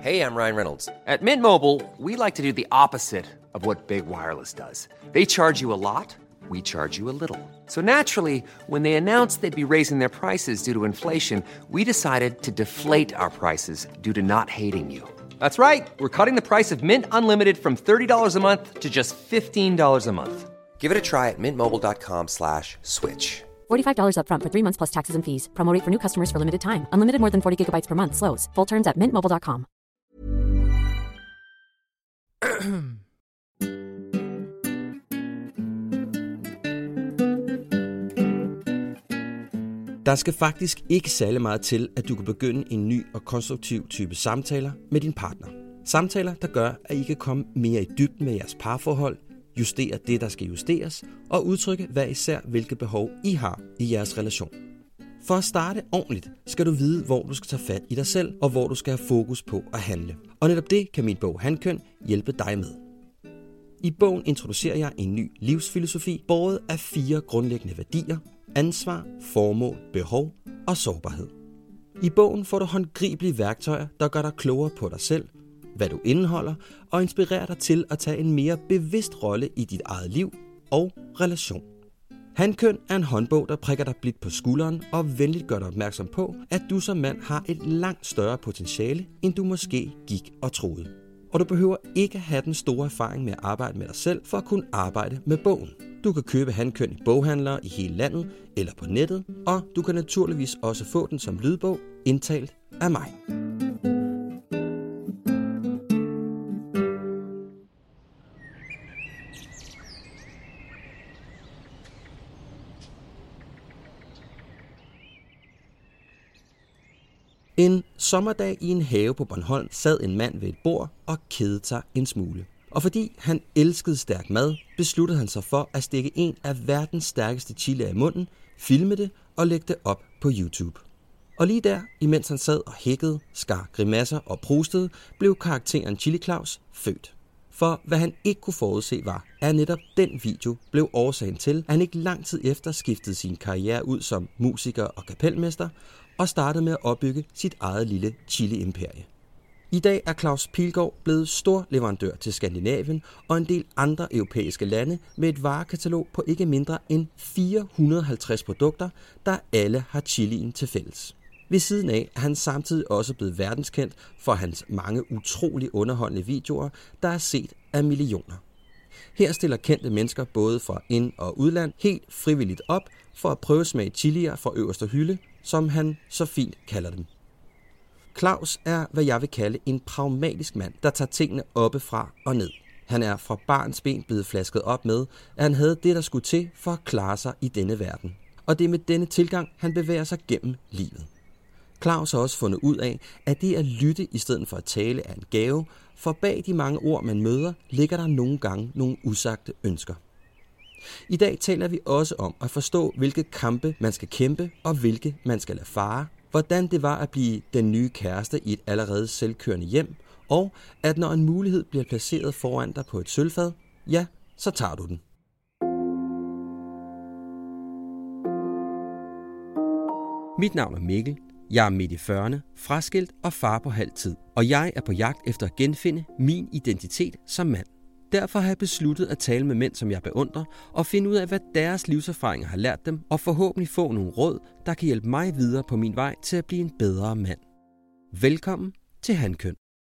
Hey, I'm Ryan Reynolds. At Mint Mobile, we like to do the opposite of what Big Wireless does. They charge you a lot, we charge you a little. So naturally, when they announced they'd be raising their prices due to inflation, we decided to deflate our prices due to not hating you. That's right. We're cutting the price of Mint Unlimited from $30 a month to just $15 a month. Give it a try at mintmobile.com/switch. $45 up front for 3 months plus taxes and fees. Promo rate for new customers for limited time. Unlimited more than 40 gigabytes per month. Slows full terms at mintmobile.com. Der skal faktisk ikke særlig meget til, at du kan begynde en ny og konstruktiv type samtaler med din partner. Samtaler, der gør, at I kan komme mere i dybden med jeres parforhold, justere det, der skal justeres, og udtrykke hver især, hvilke behov I har i jeres relation. For at starte ordentligt, skal du vide, hvor du skal tage fat i dig selv, og hvor du skal have fokus på at handle. Og netop det kan min bog Hankøn hjælpe dig med. I bogen introducerer jeg en ny livsfilosofi, båret af 4 grundlæggende værdier: ansvar, formål, behov og sårbarhed. I bogen får du håndgribelige værktøjer, der gør dig klogere på dig selv, hvad du indeholder, og inspirerer dig til at tage en mere bevidst rolle i dit eget liv og relation. Hankøn er en håndbog, der prikker dig blidt på skulderen og venligt gør dig opmærksom på, at du som mand har et langt større potentiale, end du måske gik og troede. Og du behøver ikke have den store erfaring med at arbejde med dig selv for at kunne arbejde med bogen. Du kan købe Hankøn i boghandlere i hele landet eller på nettet, og du kan naturligvis også få den som lydbog indtalt af mig. En sommerdag i en have på Bornholm sad en mand ved et bord og kedede sig en smule. Og fordi han elskede stærk mad, besluttede han sig for at stikke en af verdens stærkeste chilier i munden, filme det og lægge det op på YouTube. Og lige der, imens han sad og hækkede, skar grimasser og prustede, blev karakteren Chili Claus født. For hvad han ikke kunne forudse var, at netop den video blev årsagen til, at han ikke lang tid efter skiftede sin karriere ud som musiker og kapelmester, og startede med at opbygge sit eget lille chili-imperie. I dag er Claus Pilgaard blevet stor leverandør til Skandinavien og en del andre europæiske lande med et varekatalog på ikke mindre end 450 produkter, der alle har chilien til fælles. Ved siden af er han samtidig også blevet verdenskendt for hans mange utrolig underholdende videoer, der er set af millioner. Her stiller kendte mennesker både fra ind- og udland helt frivilligt op for at prøve smage chilier fra øverste hylde, som han så fint kalder dem. Claus er, hvad jeg vil kalde en pragmatisk mand, der tager tingene oppefra og ned. Han er fra barns ben blevet flasket op med, at han havde det, der skulle til for at klare sig i denne verden. Og det er med denne tilgang, han bevæger sig gennem livet. Claus har også fundet ud af, at det at lytte i stedet for at tale er en gave, for bag de mange ord, man møder, ligger der nogle gange nogle usagte ønsker. I dag taler vi også om at forstå, hvilke kampe man skal kæmpe, og hvilke man skal lade fare, hvordan det var at blive den nye kæreste i et allerede selvkørende hjem, og at når en mulighed bliver placeret foran dig på et sølvfad, ja, så tager du den. Mit navn er Mikkel. Jeg er midt i 40'erne, fraskilt og far på halv tid, og jeg er på jagt efter at genfinde min identitet som mand. Derfor har jeg besluttet at tale med mænd, som jeg beundrer, og finde ud af, hvad deres livserfaringer har lært dem, og forhåbentlig få nogle råd, der kan hjælpe mig videre på min vej til at blive en bedre mand. Velkommen til Hankøn.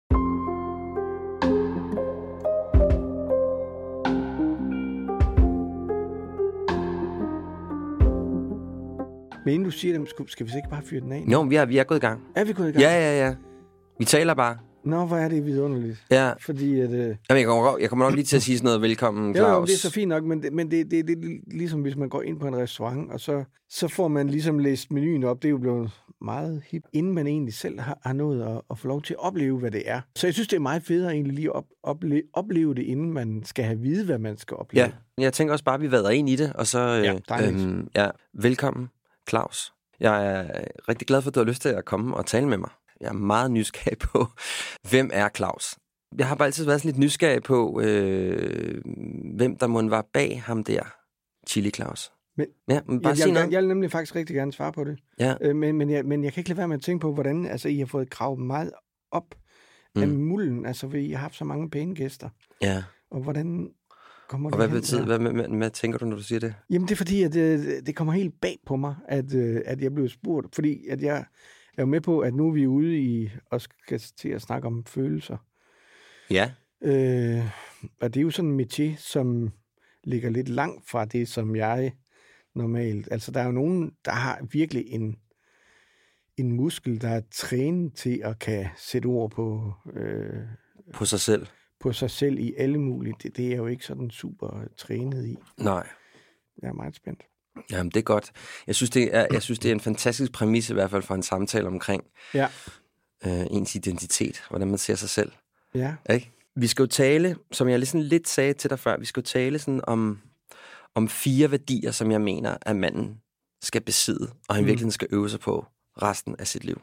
Men inden du siger dem, skal vi så ikke bare fyre den af? Jo, vi er gået i gang. Er vi gået i gang? Ja. Vi taler bare. Nå, hvor er det vidunderligt. Ja. Fordi at... Jamen, jeg kommer nok lige til at sige sådan noget velkommen, Claus. Jo, det er så fint nok, men det er ligesom, hvis man går ind på en restaurant, og så får man ligesom læst menuen op. Det er jo blevet meget hip, inden man egentlig selv har nået at få lov til at opleve, hvad det er. Så jeg synes, det er meget federe egentlig lige at opleve det, inden man skal have vide, hvad man skal opleve. Ja, jeg tænker også bare, at vi vader ind i det, og så... velkommen, Claus. Jeg er rigtig glad for, at du har lyst til at komme og tale med mig. Jeg er meget nysgerrig på, hvem er Claus? Jeg har bare altid været sådan lidt nysgerrig på, hvem der må være bag ham der, Chili Claus. Jeg vil nemlig faktisk rigtig gerne svare på det. Ja. Men jeg kan ikke lade være med at tænke på, hvordan I har fået gravet meget op af mulden, altså fordi jeg har haft så mange pæne gæster. Ja. Og hvordan kommer og det hvad betyder, hvad tænker du, når du siger det? Jamen, det er fordi, at det kommer helt bag på mig, at jeg blev spurgt. Fordi at jeg er jo med på, at nu er vi ude i og skal til at snakke om følelser. Ja. Og det er jo sådan en métier, som ligger lidt langt fra det, som jeg normalt... Altså, der er jo nogen, der har virkelig en muskel, der er trænet til at kan sætte ord på... På sig selv. På sig selv i alle mulige. Det er jeg jo ikke sådan super trænet i. Nej. Jeg er meget spændt. Jamen, det er godt. Jeg synes, det er en fantastisk præmis, i hvert fald for en samtale omkring ens identitet, hvordan man ser sig selv. Ja. Ikke? Vi skal jo tale, som jeg lidt sagde til dig før, vi skal jo tale sådan om 4 værdier, som jeg mener, at manden skal besidde, og han virkelig skal øve sig på resten af sit liv.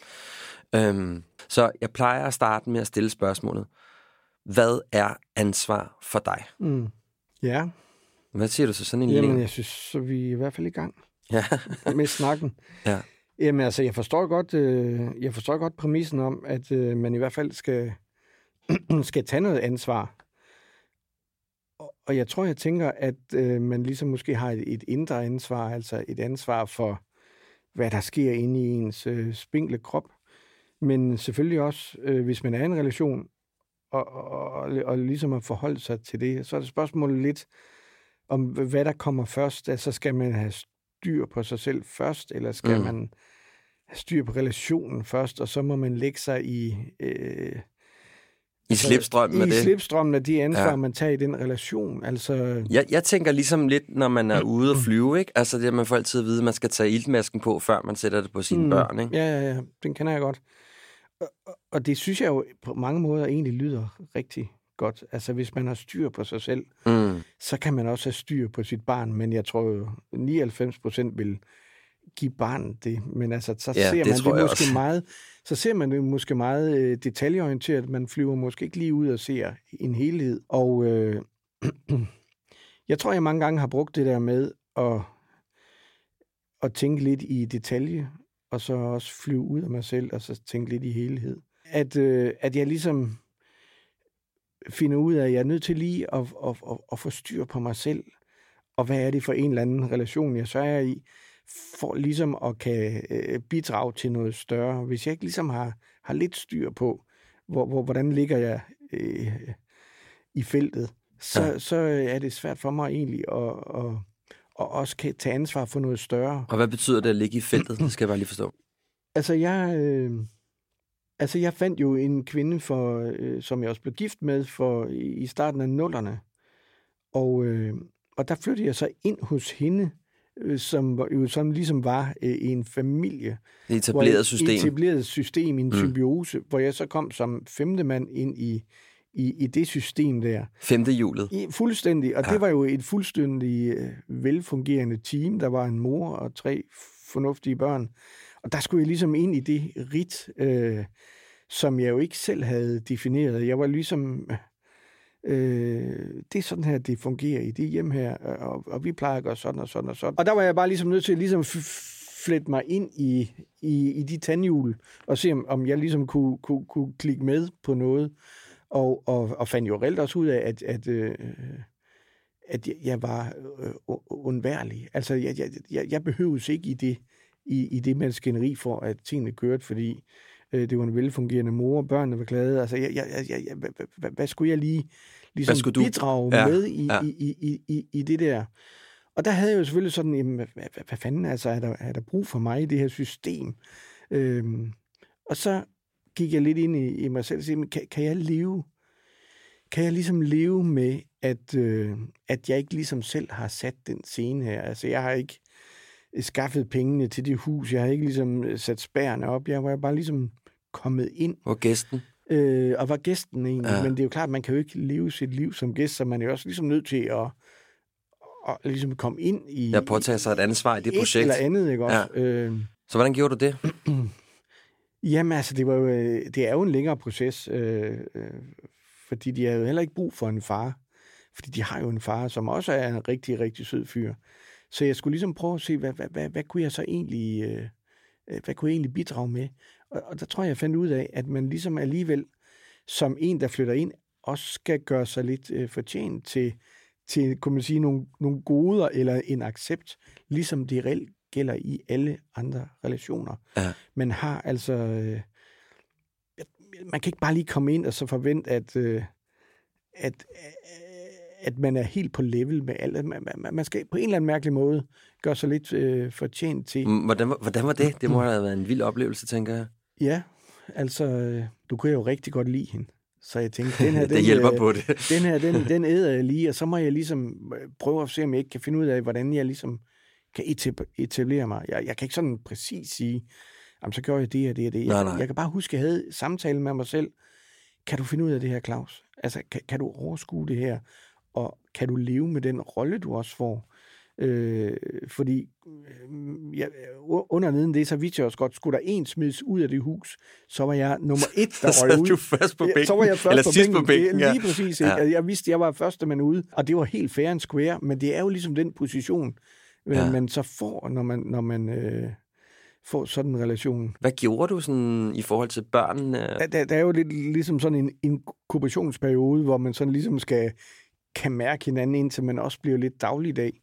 Så jeg plejer at starte med at stille spørgsmålet, hvad er ansvar for dig? Ja. Hvad siger du så sådan en Jamen, jeg synes, så vi er i hvert fald i gang med snakken. Ja. Jamen, altså, jeg forstår godt præmissen om, at man i hvert fald skal tage noget ansvar. Og jeg tror, jeg tænker, at man ligesom måske har et indre ansvar, altså et ansvar for, hvad der sker inde i ens spinkle krop. Men selvfølgelig også, hvis man er i en relation, og ligesom at forholde sig til det, så er det spørgsmålet lidt om, hvad der kommer først. Altså, skal man have styr på sig selv først, eller skal man have styr på relationen først, og så må man lægge sig i slipstrømmen af det. I slipstrømmen af de ansvar, man tager i den relation. Altså... Jeg tænker ligesom lidt, når man er ude at flyve, ikke? Altså det, man får altid at vide, at man skal tage iltmasken på, før man sætter det på sine børn, ikke? Ja. Den kender jeg godt. Og det synes jeg jo på mange måder egentlig lyder rigtig godt. Altså hvis man har styr på sig selv, så kan man også have styr på sit barn. Men jeg tror jo, 99% vil give barnet det. Men altså, så ser man det måske meget detaljeorienteret. Man flyver måske ikke lige ud og ser en helhed. Og jeg tror, jeg mange gange har brugt det der med at tænke lidt i detalje, og så også flyve ud af mig selv, og så tænke lidt i helhed. At jeg ligesom finder ud af, at jeg er nødt til lige at få styr på mig selv, og hvad er det for en eller anden relation, jeg så er i, for ligesom at kan bidrage til noget større. Hvis jeg ikke ligesom har lidt styr på, hvordan ligger jeg i feltet, så er det svært for mig egentlig at også kan tage ansvar for noget større. Og hvad betyder det at ligge i feltet? Det skal jeg bare lige forstå. Altså, jeg fandt jo en kvinde, som jeg også blev gift med i starten af 00'erne. Og der flyttede jeg så ind hos hende, som ligesom var en familie. Et etableret system. Et etableret system, en symbiose, hvor jeg så kom som 5. mand ind i det system der. 5. hjulet. Fuldstændig. Og det var jo et fuldstændig velfungerende team. Der var en mor og 3 fornuftige børn. Og der skulle jeg ligesom ind i det rit, som jeg jo ikke selv havde defineret. Jeg var ligesom... det er sådan her, det fungerer i det hjem her, og vi plejer at gøre sådan og sådan og sådan. Og der var jeg bare ligesom nødt til at ligesom flette mig ind i de tandhjul, og se om jeg ligesom kunne klikke med på noget, og fandt jo reelt også ud af, at jeg var undværlig. Altså, jeg behøves ikke i det maskineri for, at tingene kørte, fordi det var en velfungerende mor, børnene var glade. Altså, hvad skulle jeg lige ligesom bidrage med i det der? Og der havde jeg jo selvfølgelig sådan, jamen, hvad fanden, altså, er der brug for mig i det her system? Og så gik jeg lidt ind i mig selv og sagde, kan jeg ligesom leve med, at jeg ikke ligesom selv har sat den scene her? Altså, jeg har ikke skaffet pengene til det hus, jeg har ikke ligesom sat spærrene op, jeg var bare ligesom kommet ind. Og gæsten? Og var gæsten egentlig, men det er jo klart, at man kan jo ikke leve sit liv som gæst, så man er jo også ligesom nødt til at ligesom komme ind i... Jeg påtager sig et ansvar i det projekt. Eller andet, ikke også? Ja. Så hvordan gjorde du det? Jamen altså, det er jo en længere proces, fordi de har jo heller ikke brug for en far. Fordi de har jo en far, som også er en rigtig, rigtig sød fyr. Så jeg skulle ligesom prøve at se, hvad kunne jeg så egentlig, hvad kunne jeg egentlig bidrage med? Og der tror jeg fandt ud af, at man ligesom alligevel som en, der flytter ind, også skal gøre sig lidt fortjent til, kunne man sige, nogle goder eller en accept, ligesom det reelt gælder i alle andre relationer. Ja. Man har altså... man kan ikke bare lige komme ind og så forvente, at man er helt på level med alt. Man skal på en eller anden mærkelig måde gøre sig lidt fortjent til. Hvordan var det? Det må have været en vild oplevelse, tænker jeg. Ja, altså, du kunne jo rigtig godt lide hende. Så jeg tænkte, den her, det hjælper på det. den æder jeg lige, og så må jeg ligesom prøve at se, om jeg ikke kan finde ud af, hvordan jeg ligesom kan etablere mig. Jeg kan ikke sådan præcis sige, jamen, så gjorde jeg det og det og det. Jeg kan bare huske, at jeg havde samtale med mig selv. Kan du finde ud af det her, Claus? Altså, kan du overskue det her? Og kan du leve med den rolle, du også får? Fordi under neden det, så vidste jeg også godt, skulle der en smides ud af det hus, så var jeg nummer 1, der røg ud. Så du først på bænken? Så var jeg først på bænken. Lige præcis. Ja. Jeg vidste, jeg var første mand ude, og det var helt fair and square, men det er jo ligesom den position, man så får, når man får sådan en relation. Hvad gjorde du sådan i forhold til børnene? Der er jo lidt ligesom sådan en inkubationsperiode, hvor man sådan ligesom kan mærke hinanden, indtil man også bliver lidt dagligdag.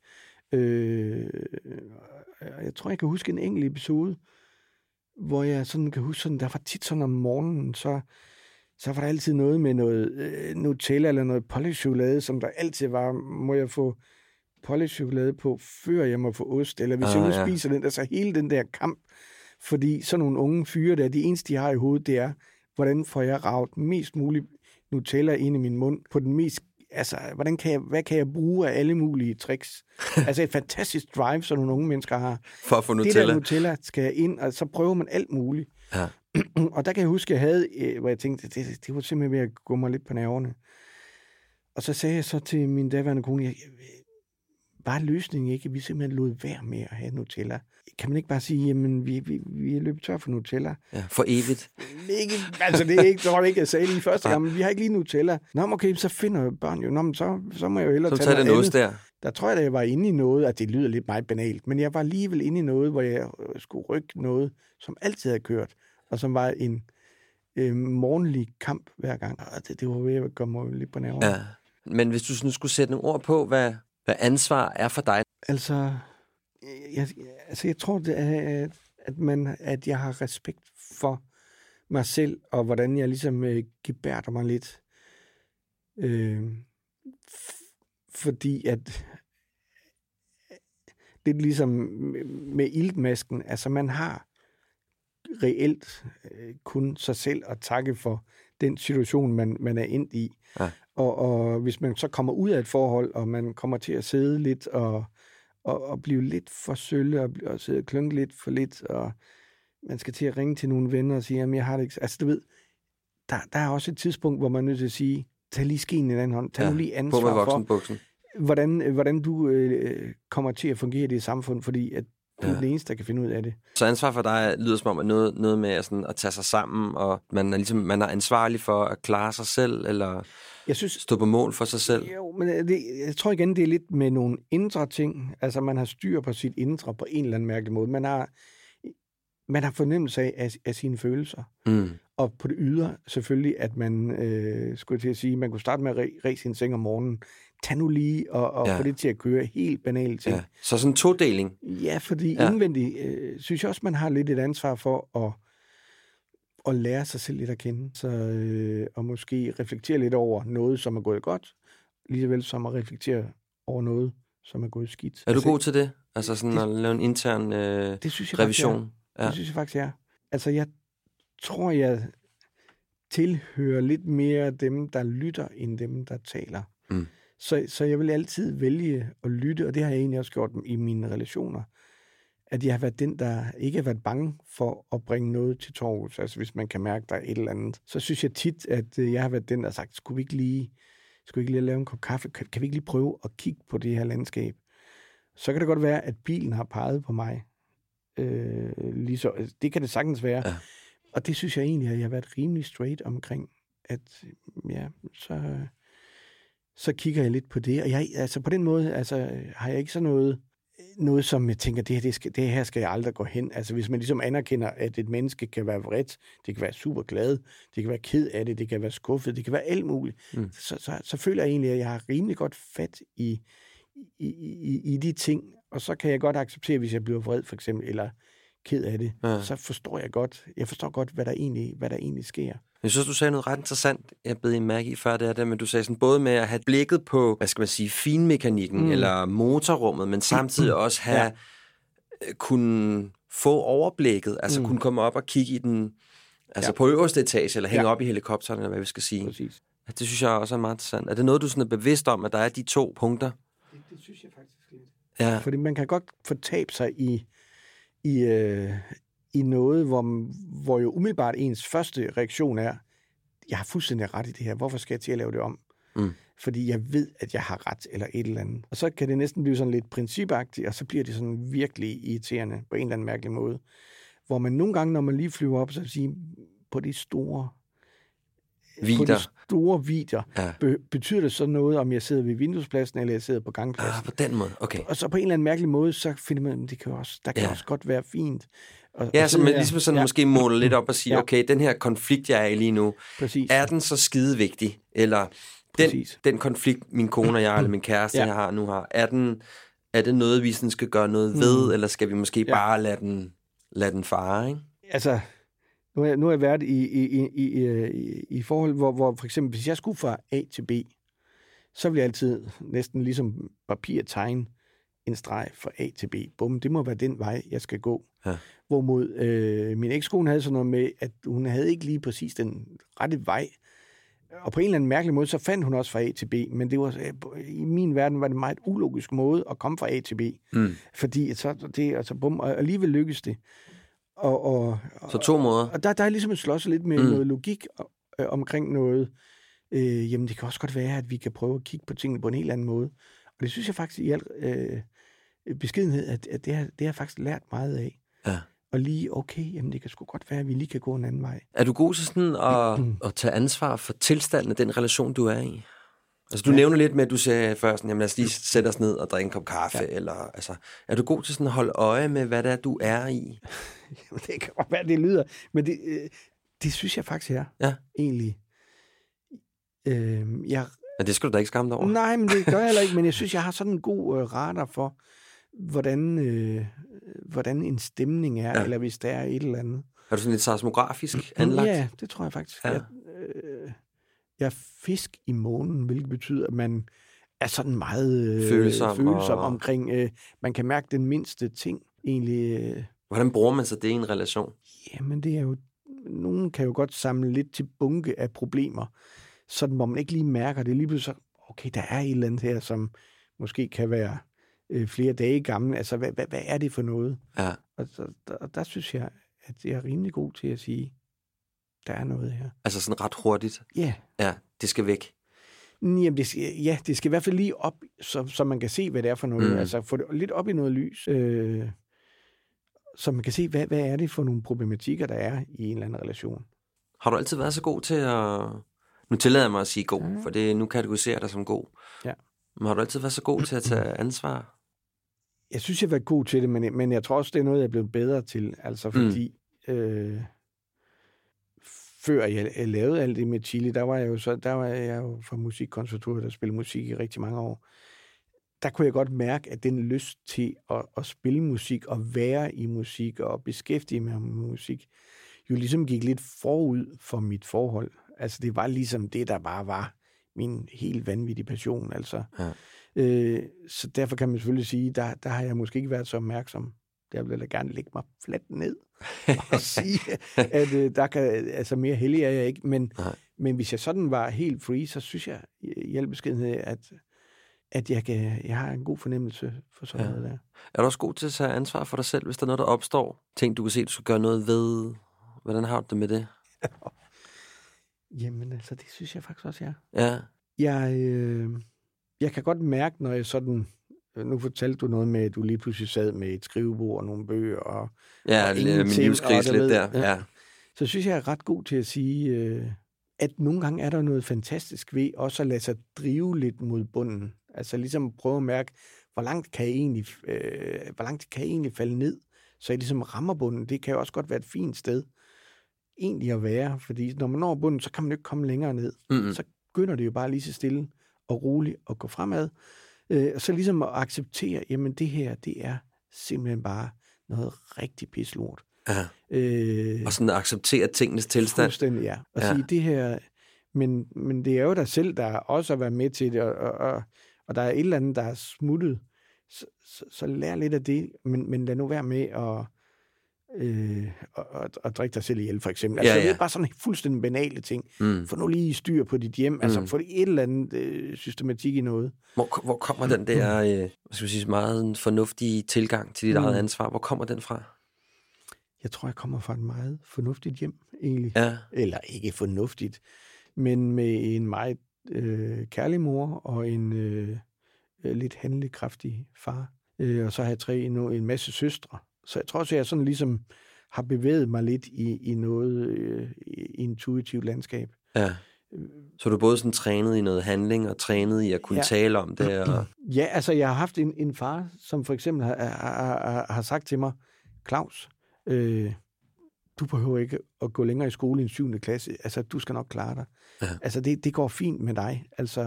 Jeg tror, jeg kan huske en enkelt episode, hvor jeg sådan kan huske, sådan, der var tit sådan om morgenen, så var der altid noget med noget Nutella eller noget pålægtschokolade, som der altid var, må jeg få pålægtschokolade på, før jeg må få ost, eller hvis jeg nu spiser den, der så hele den der kamp, fordi sådan nogle unge fyre der, de eneste, de har i hovedet, det er, hvordan får jeg ravet mest muligt Nutella ind i min mund på den mest. Altså, hvad kan jeg bruge af alle mulige tricks? Altså et fantastisk drive, som nogle unge mennesker har. For at få Nutella. Det der Nutella skal jeg ind, og så prøver man alt muligt. Ja. Og der kan jeg huske, at jeg havde, hvor jeg tænkte, det var simpelthen ved at gå mig lidt på nerverne. Og så sagde jeg så til min daværende kone, bare løsningen ikke, vi simpelthen lod være med at have Nutella. Kan man ikke bare sige, jamen, vi er løbet tør for Nutella? Ja, for evigt. Ikke, altså, det er ikke, tror jeg ikke, jeg sagde lige første gang, men vi har ikke lige Nutella. Nå, okay, så finder børn jo. Nå, men så må jeg jo hellere tage noget andet. Der tror jeg, at jeg var inde i noget, at det lyder lidt meget banalt, men jeg var alligevel inde i noget, hvor jeg skulle rykke noget, som altid havde kørt, og som var en morgenlig kamp hver gang. Og det var ved at gøre mig lidt på nerverne. Ja. Men hvis du nu skulle sætte nogle ord på, hvad ansvar er for dig? Altså, jeg tror, det er, at jeg har respekt for mig selv, og hvordan jeg ligesom gebærder mig lidt. Fordi at det er ligesom med iltmasken, altså man har reelt kun sig selv at takke for den situation, man er endt i. Ja. Og hvis man så kommer ud af et forhold, og man kommer til at sidde lidt og blive lidt for sølle, og sidde og klynke lidt for lidt, og man skal til at ringe til nogle venner og sige, jamen jeg har det ikke. Altså du ved, der er også et tidspunkt, hvor man er nødt til at sige, tag lige skeen i den anden hånd, tag nu lige ansvar for, hvordan du kommer til at fungere i det samfund, fordi at du er den eneste, der kan finde ud af det. Så ansvar for dig lyder som om, at noget med sådan at tage sig sammen, og man er ansvarlig for at klare sig selv, eller stå på mål for sig selv? Jo, men jeg tror igen, det er lidt med nogle indre ting. Altså, man har styr på sit indre på en eller anden mærkelig måde. Man har fornemmelse af sine følelser. Mm. Og på det ydre selvfølgelig, at man skulle til at sige, man kunne starte med at ræse sin seng om morgenen. Tag nu lige og få det til at køre helt banalt ting. Ja. Så sådan en todeling? Ja, fordi indvendigt synes jeg også, man har lidt et ansvar for at lære sig selv lidt at kende. Så, og måske reflektere lidt over noget, som er gået godt, lige så vel som at reflektere over noget, som er gået skidt. Er du god til det? Altså sådan at lave en intern revision? Det synes jeg faktisk, ja. Altså jeg tror, jeg tilhører lidt mere dem, der lytter, end dem, der taler. Mm. Så jeg vil altid vælge at lytte, og det har jeg egentlig også gjort i mine relationer, at jeg har været den, der ikke har været bange for at bringe noget til torvs. Altså hvis man kan mærke, der er et eller andet. Så synes jeg tit, at jeg har været den, der har sagt, skulle vi ikke lige lave en kop kaffe? Kan vi ikke lige prøve at kigge på det her landskab? Så kan det godt være, at bilen har peget på mig. Det kan det sagtens være. Ja. Og det synes jeg egentlig, at jeg har været rimelig straight omkring, at ja, så kigger jeg lidt på det. Og jeg, altså på den måde, altså har jeg ikke sådan noget noget, som jeg tænker, det her skal jeg aldrig gå hen. Altså hvis man ligesom anerkender, at et menneske kan være vredt, det kan være super glad, det kan være ked af det, det kan være skuffet, det kan være alt muligt, så føler jeg egentlig, at jeg har rimelig godt fat i de ting, og så kan jeg godt acceptere, hvis jeg bliver vred for eksempel, eller ked af det, så forstår jeg forstår godt, hvad der egentlig sker. Jeg synes, du sagde noget ret interessant, jeg bed en mærke i før, det er det, men du sagde sådan både med at have blikket på, hvad skal man sige, finmekanikken eller motorrummet, men samtidig også have kunne få overblikket, altså kunne komme op og kigge i den, altså på øverste etage, eller hænge op i helikopteren, eller hvad vi skal sige. Præcis. Det synes jeg også er meget interessant. Er det noget, du sådan er bevidst om, at der er de 2 punkter? Det synes jeg faktisk lidt. Ja. Fordi man kan godt fortabe sig i noget, hvor jo umiddelbart ens første reaktion er, jeg har fuldstændig ret i det her, hvorfor skal jeg til at lave det om? Fordi jeg ved, at jeg har ret, eller et eller andet. Og så kan det næsten blive sådan lidt principagtigt, og så bliver det sådan virkelig irriterende, på en eller anden mærkelig måde. Hvor man nogle gange, når man lige flyver op, så vil sige, på de store vidder, betyder det så noget, om jeg sidder ved vinduespladsen, eller jeg sidder på gangpladsen. På den måde, okay. Og så på en eller anden mærkelig måde, så finder man, at der kan også godt være fint. Så man ligesom sådan måske måler lidt op og siger, okay, den her konflikt, jeg er i lige nu, er den så skide vigtig? Eller den konflikt, min kone og jeg, eller min kæreste, jeg har nu har, er det noget, vi sådan skal gøre noget ved, eller skal vi måske bare lade den fare, ikke? Altså, nu har jeg været i forhold, hvor for eksempel, hvis jeg skulle fra A til B, så vil jeg altid næsten ligesom papir tegne en streg fra A til B. Bum, det må være den vej, jeg skal gå. Ja. Hvorimod min ekskone havde sådan noget med, at hun havde ikke lige præcis den rette vej. Og på en eller anden mærkelig måde, så fandt hun også fra A til B. Men det var, i min verden var det en meget ulogisk måde at komme fra A til B. Fordi og alligevel lykkedes det. Så 2 måder. Og der er ligesom at slås lidt med noget logik omkring noget. Jamen, det kan også godt være, at vi kan prøve at kigge på tingene på en helt anden måde. Og det synes jeg faktisk i al beskedenhed, at det har jeg faktisk lært meget af. Ja. Og lige, okay, jamen det kan sgu godt være, at vi lige kan gå en anden vej. Er du god til sådan at tage ansvar for tilstanden af den relation, du er i? Altså, du nævner lidt med, at du sagde før, sådan, jamen lad os lige sætte os ned og drikke en kop kaffe, eller, altså, er du god til sådan at holde øje med, hvad det er, du er i? Jamen, det kan godt være, det lyder, men det synes jeg faktisk er, egentlig. Ja, det skal du da ikke skamme dig over. Nej, men det gør jeg heller ikke, men jeg synes, jeg har sådan en god radar for, hvordan en stemning er, eller hvis der er et eller andet. Er du sådan lidt seismografisk anlagt? Ja, det tror jeg faktisk. Ja. Jeg er fisk i månen, hvilket betyder, at man er sådan meget følsom omkring, man kan mærke den mindste ting egentlig. Hvordan bruger man så det i en relation? Jamen, det er jo, nogen kan jo godt samle lidt til bunke af problemer, sådan hvor man ikke lige mærker det. Lige pludselig så, okay, der er et eller andet her, som måske kan være flere dage gammel. Altså, hvad er det for noget? Ja. Og der synes jeg, at jeg er rimelig god til at sige, der er noget her. Altså sådan ret hurtigt? Ja. Ja, det skal væk? Jamen, det skal i hvert fald lige op, så man kan se, hvad det er for noget. Altså, få det lidt op i noget lys, så man kan se, hvad er det for nogle problematikker, der er i en eller anden relation. Har du altid været så god til at... Nu tillader jeg mig at sige god, for nu kategoriserer dig som god. Ja. Men har du altid været så god til at tage ansvar? Jeg synes, jeg har været god til det, men jeg tror også, det er noget, jeg er blevet bedre til. Altså, fordi... Før jeg lavede alt det med Chili, der var jeg jo fra musikkonservatoriet, der spillede musik i rigtig mange år. Der kunne jeg godt mærke, at den lyst til at spille musik og være i musik og beskæftige mig med musik, jo ligesom gik lidt forud for mit forhold. Altså det var ligesom det, der bare var min helt vanvittige passion. Altså. Ja. Så derfor kan man selvfølgelig sige, der har jeg måske ikke været så opmærksom. Der vil jeg gerne lægge mig fladt ned og sige, at der kan, altså mere heldig er jeg ikke. Men hvis jeg sådan var helt free, så synes jeg i al beskedenhed, at jeg har en god fornemmelse for sådan noget der. Er du også god til at tage ansvar for dig selv, hvis der er noget, der opstår? Ting, du kan se, du skal gøre noget ved. Hvordan har du det med det? Jamen altså, det synes jeg faktisk også, ja. Jeg kan godt mærke, når jeg sådan... Nu fortalte du noget med, at du lige pludselig sad med et skrivebord og nogle bøger og min livskrise lidt der. Ja. Så synes jeg er ret god til at sige, at nogle gange er der noget fantastisk ved også at lade sig drive lidt mod bunden. Altså ligesom prøve at mærke, hvor langt kan jeg egentlig falde ned, så jeg ligesom rammer bunden. Det kan jo også godt være et fint sted egentlig at være, fordi når man når bunden, så kan man jo ikke komme længere ned. Så begynder det jo bare lige så stille og roligt at gå fremad. Så ligesom at acceptere, jamen det her, det er simpelthen bare noget rigtig pislort. Ja. Og sådan at acceptere tingenes tilstand. Fuldstændig, ja. Og sige det her, men det er jo dig selv, der også har været med til det, og der er et eller andet, der er smuttet. Så lær lidt af det, men lad nu være med at drikke dig selv ihjel, for eksempel. Altså, det er bare sådan en fuldstændig banale ting. Få nu lige styr på dit hjem, altså få et eller andet systematik i noget. Hvor kommer den der, meget fornuftige tilgang til dit eget ansvar? Hvor kommer den fra? Jeg tror, jeg kommer fra et meget fornuftigt hjem, egentlig. Ja. Eller ikke fornuftigt, men med en meget kærlig mor og en lidt handlekraftig far. Og så har jeg en masse søstre. Så jeg tror også, at jeg sådan ligesom har bevæget mig lidt i noget intuitivt landskab. Ja. Så du både sådan trænet i noget handling og trænet i at kunne tale om det? Og... Ja, altså jeg har haft en far, som for eksempel har sagt til mig, Claus, du behøver ikke at gå længere i skole i 7. klasse. Altså, du skal nok klare dig. Ja. Altså, det går fint med dig. Altså,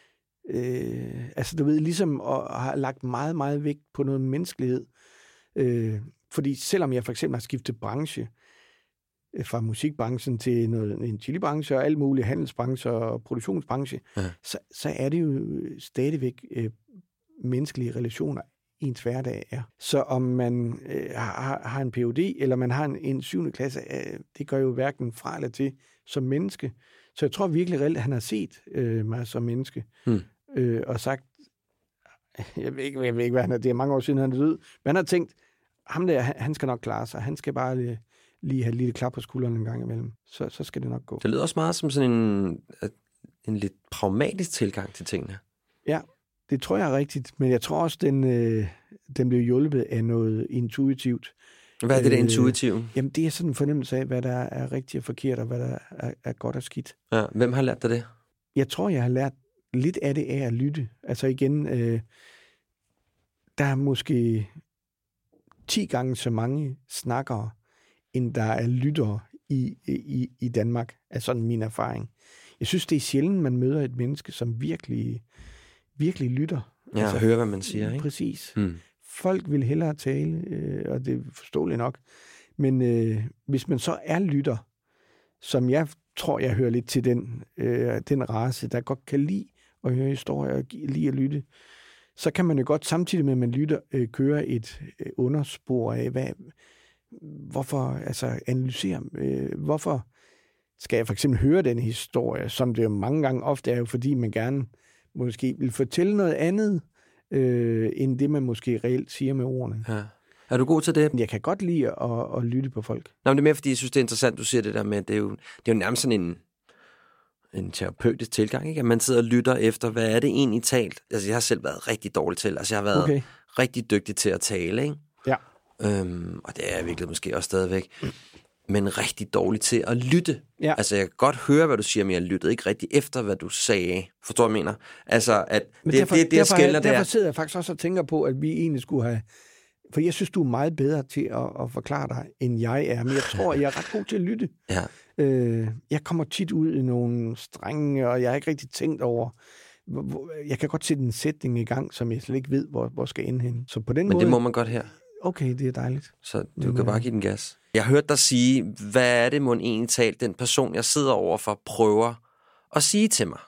du ved, ligesom at have lagt meget, meget vægt på noget menneskelighed. Fordi selvom jeg for eksempel har skiftet branche, fra musikbranchen til en chilibranche og alt muligt, handelsbranche og produktionsbranche, så er det jo stadigvæk menneskelige relationer, ens hverdag er. Så om man har en Ph.D., eller man har en 7. klasse, det gør jo hverken fra eller til som menneske. Så jeg tror virkelig reelt, at han har set mig som menneske, og sagt, jeg ved ikke, hvad han er, det er mange år siden, han er død, men han har tænkt, ham der, han skal nok klare sig, han skal bare lige have et lille klap på skulderen en gang imellem, så skal det nok gå. Det lyder også meget som sådan en lidt pragmatisk tilgang til tingene. Ja, det tror jeg er rigtigt, men jeg tror også, den blev hjulpet af noget intuitivt. Hvad er det der intuitive? Jamen, det er sådan en fornemmelse af, hvad der er rigtigt og forkert, og hvad der er godt og skidt. Ja, hvem har lært dig det? Jeg tror, jeg har lært lidt af det af at lytte. Altså igen, der er måske 10 gange så mange snakkere, end der er lyttere i Danmark, er sådan min erfaring. Jeg synes, det er sjældent, man møder et menneske, som virkelig lytter. Ja, altså, hører, hvad man siger, ikke? Præcis. Folk vil hellere tale, og det er forståeligt nok. Men hvis man så er lytter, som jeg tror, jeg hører lidt til den race, der godt kan lide at høre historier og lide at lytte, så kan man jo godt samtidig med, at man lytter, køre et underspor af, hvorfor, altså analysere, hvorfor skal jeg for eksempel høre den historie, som det jo mange gange ofte er jo, fordi man gerne måske vil fortælle noget andet, end det, man måske reelt siger med ordene. Ja. Er du god til det? Jeg kan godt lide at lytte på folk. Nå, men det er mere, fordi jeg synes, det er interessant, du siger det der med, at det er jo nærmest sådan en terapeutisk tilgang, ikke? At man sidder og lytter efter, hvad er det egentlig talt? Altså, jeg har selv været rigtig dårlig til, altså jeg har været rigtig dygtig til at tale, ikke? Ja. Og det er jeg virkelig måske også stadigvæk. Men rigtig dårlig til at lytte. Ja. Altså, jeg kan godt høre, hvad du siger, men jeg lyttede ikke rigtig efter, hvad du sagde. Forstår du, hvad jeg mener? Altså, at derfor sidder jeg faktisk også og tænker på, at vi egentlig skulle have... For jeg synes, du er meget bedre til at forklare dig, end jeg er. Men jeg tror, jeg er ret god til at lytte. Ja. Jeg kommer tit ud i nogle strenge, og jeg har ikke rigtig tænkt over... Jeg kan godt sætte en sætning i gang, som jeg slet ikke ved, hvor skal ende hen. Så på den måde... Men det må man godt her. Okay, det er dejligt. Så du kan bare give den gas. Jeg hørte dig sige, hvad er det, må egentlig talt, den person, jeg sidder overfor, prøver at sige til mig.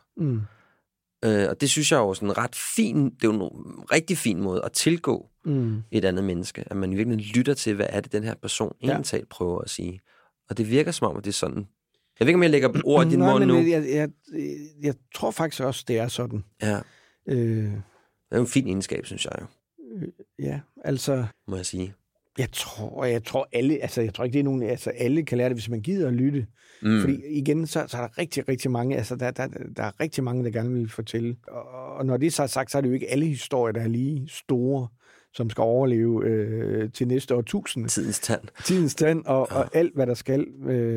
Og det synes jeg er jo sådan ret fin, det er jo en rigtig fin måde at tilgå et andet menneske. At man virkelig lytter til, hvad er det, den her person egentlig talt prøver at sige. Og det virker som om, at det er sådan. Jeg ved ikke, om jeg lægger ord i din mund nu. Jeg tror faktisk også, det er sådan. Ja. Det er jo en fin egenskab, synes jeg jo. Ja, altså... Må jeg sige. Jeg tror alle, altså jeg tror ikke, det er nogen, altså alle kan lære det, hvis man gider at lytte. Fordi igen, så er der rigtig, rigtig mange, altså der er rigtig mange, der gerne vil fortælle. Og når det så er sagt, så er det jo ikke alle historier, der er lige store, som skal overleve til næste årtusinde. Tidens tand og alt, hvad der skal.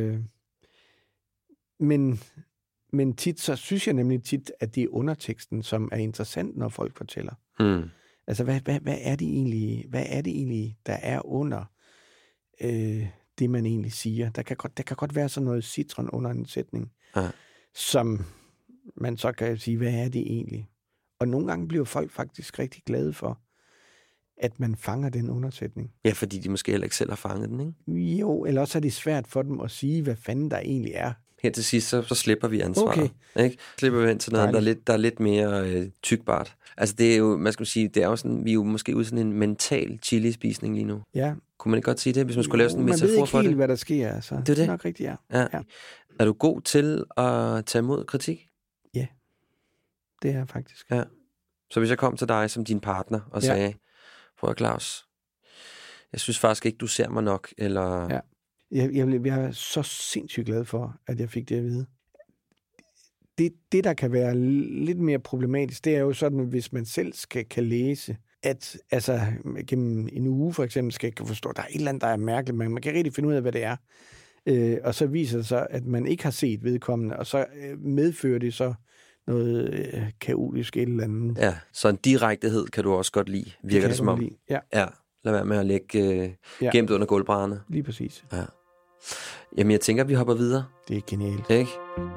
Men tit, så synes jeg nemlig tit, at det er underteksten, som er interessant, når folk fortæller. Altså, hvad er det egentlig, der er under det, man egentlig siger? Der kan godt være sådan noget citron under en sætning, som man så kan sige, hvad er det egentlig? Og nogle gange bliver folk faktisk rigtig glade for, at man fanger den undersætning. Ja, fordi de måske heller ikke selv har fanget den, ikke? Jo, eller også er det svært for dem at sige, hvad fanden der egentlig er. Her til sidst, så slipper vi ansvaret. Okay. Ikke? Slipper vi hen til noget, der er lidt mere tygbart. Altså det er jo, man skal sige, det er jo sådan, vi er jo måske ude sådan en mental chilispisning lige nu. Ja. Kunne man ikke godt sige det, hvis man skulle lave sådan en metafor for det? Man ved ikke helt, hvad der sker, altså. Det er det. Nok rigtigt, ja. Er du god til at tage imod kritik? Ja, det er jeg faktisk. Ja. Så hvis jeg kom til dig som din partner og sagde, prøv at Claus, jeg synes faktisk ikke, du ser mig nok, eller... Ja. Jeg er så sindssygt glad for, at jeg fik det at vide. Det, der kan være lidt mere problematisk, det er jo sådan, hvis man selv kan læse, at altså, gennem en uge for eksempel skal kan forstå, at der er et eller andet, der er mærkeligt, men man kan rigtig finde ud af, hvad det er. Og så viser det sig, at man ikke har set vedkommende, og så medfører det så noget kaotisk et eller andet. Ja, så en direktehed kan du også godt lide, virker det som om. Ja. Lad være med at lægge gemt under gulvbrædderne. Lige præcis. Ja. Jamen, jeg tænker, vi hopper videre. Det er genialt. Ikke?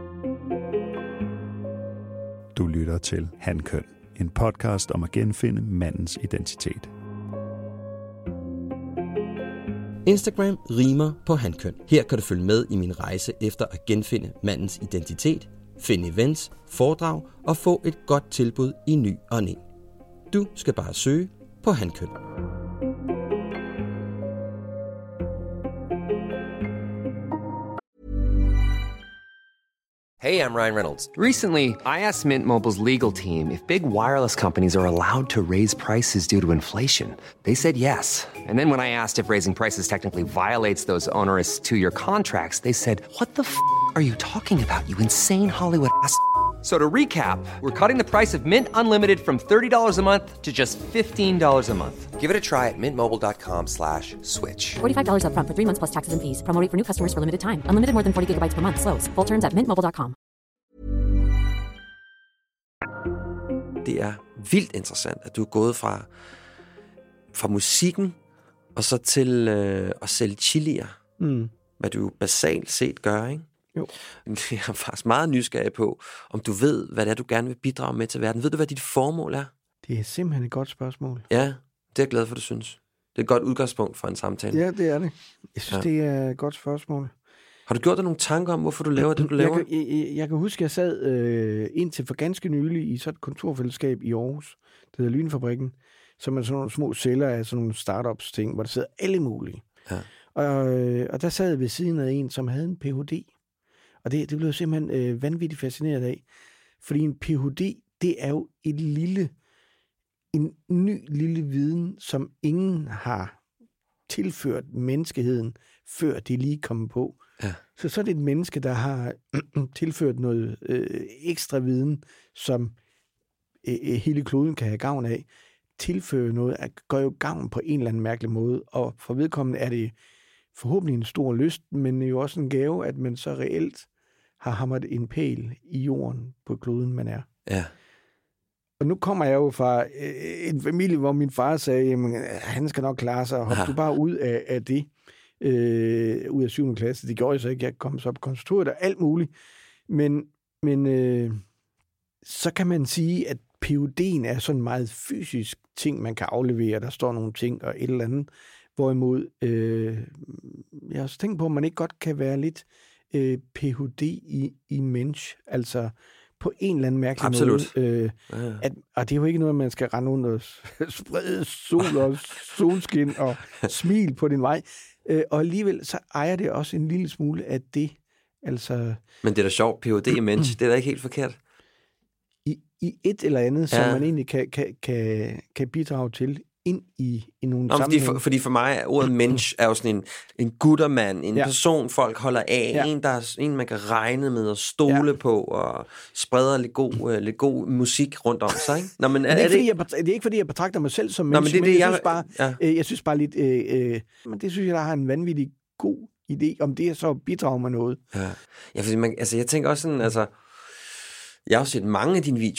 Du lytter til Hankøn, en podcast om at genfinde mandens identitet. Instagram rimer på hankøn. Her kan du følge med i min rejse efter at genfinde mandens identitet, finde events, foredrag og få et godt tilbud i ny og næ. Du skal bare søge på hankøn. Hey, I'm Ryan Reynolds. Recently, I asked Mint Mobile's legal team if big wireless companies are allowed to raise prices due to inflation. They said yes. And then when I asked if raising prices technically violates those onerous two-year contracts, they said, "What the f*** are you talking about, you insane Hollywood ass?" So to recap, we're cutting the price of Mint Unlimited from $30 a month to just $15 a month. Give it a try at mintmobile.com/switch. $45 up front for 3 months plus taxes and fees. Promo rate for new customers for limited time. Unlimited more than 40 gigabytes per month. Slows full terms at mintmobile.com. Det er vildt interessant, at du er gået fra musikken og så til at sælge chilier. Hvad du basalt set gør, ikke? Jo. Jeg er faktisk meget nysgerrig på, om du ved, hvad det er, du gerne vil bidrage med til verden. Ved du, hvad dit formål er? Det er simpelthen et godt spørgsmål. Ja, det er jeg glad for, du synes. Det er et godt udgangspunkt for en samtale. Ja, det er det. Jeg synes, det er et godt spørgsmål. Har du gjort dig nogle tanker om, hvorfor du laver det, du laver? Jeg kan huske, at jeg sad indtil for ganske nylig i sådan et kontorfællesskab i Aarhus, det hedder Lynfabrikken, som er sådan nogle små celler af sådan nogle startups ting, hvor der sidder alle mulige. Ja. Og der sad jeg ved siden af en, som havde en Ph.D., og det blev jeg simpelthen vanvittigt fascineret af. Fordi en Ph.D., det er jo en ny lille viden, som ingen har tilført menneskeheden, før det lige kom på. Ja. Så er det et menneske, der har tilført noget ekstra viden, som hele kloden kan have gavn af. Tilføre noget, gør jo gavn på en eller anden mærkelig måde. Og for vedkommende er det forhåbentlig en stor lyst, men jo også en gave, at man så reelt har hamret en pæl i jorden på kloden, man er. Ja. Og nu kommer jeg jo fra en familie, hvor min far sagde, jamen, han skal nok klare sig, og hop du bare ud af det, ud af 7. klasse. Det gjorde jeg så ikke. Jeg kom så på konservatoriet og alt muligt. Men så kan man sige, at PhD'en er sådan en meget fysisk ting, man kan aflevere. Der står nogle ting og et eller andet. Hvorimod, jeg har også tænkt på, at man ikke godt kan være lidt Ph.D. i mensch, altså på en eller anden mærkelig Absolut. måde. Og det er jo ikke noget, man skal rende rundt og sprede sol og solskin og smil på din vej. Og alligevel så ejer det også en lille smule af det. Altså, men det er da sjovt, Ph.D. i mensch, det er da ikke helt forkert. I et eller andet, som man egentlig kan bidrage til ind i nogle sammenhæng. Fordi for mig er ordet mensch er jo sådan en guttermand, en person, folk holder af, en man kan regne med og stole på og spreder lidt god musik rundt om sig. Ikke? Nå, men det er ikke fordi, jeg betragter mig selv som mensch, men jeg synes bare lidt, men det synes jeg, der har en vanvittig god idé, om det så bidrager med noget. Ja, fordi jeg tænker også sådan, altså, jeg har jo set mange af dine videoer,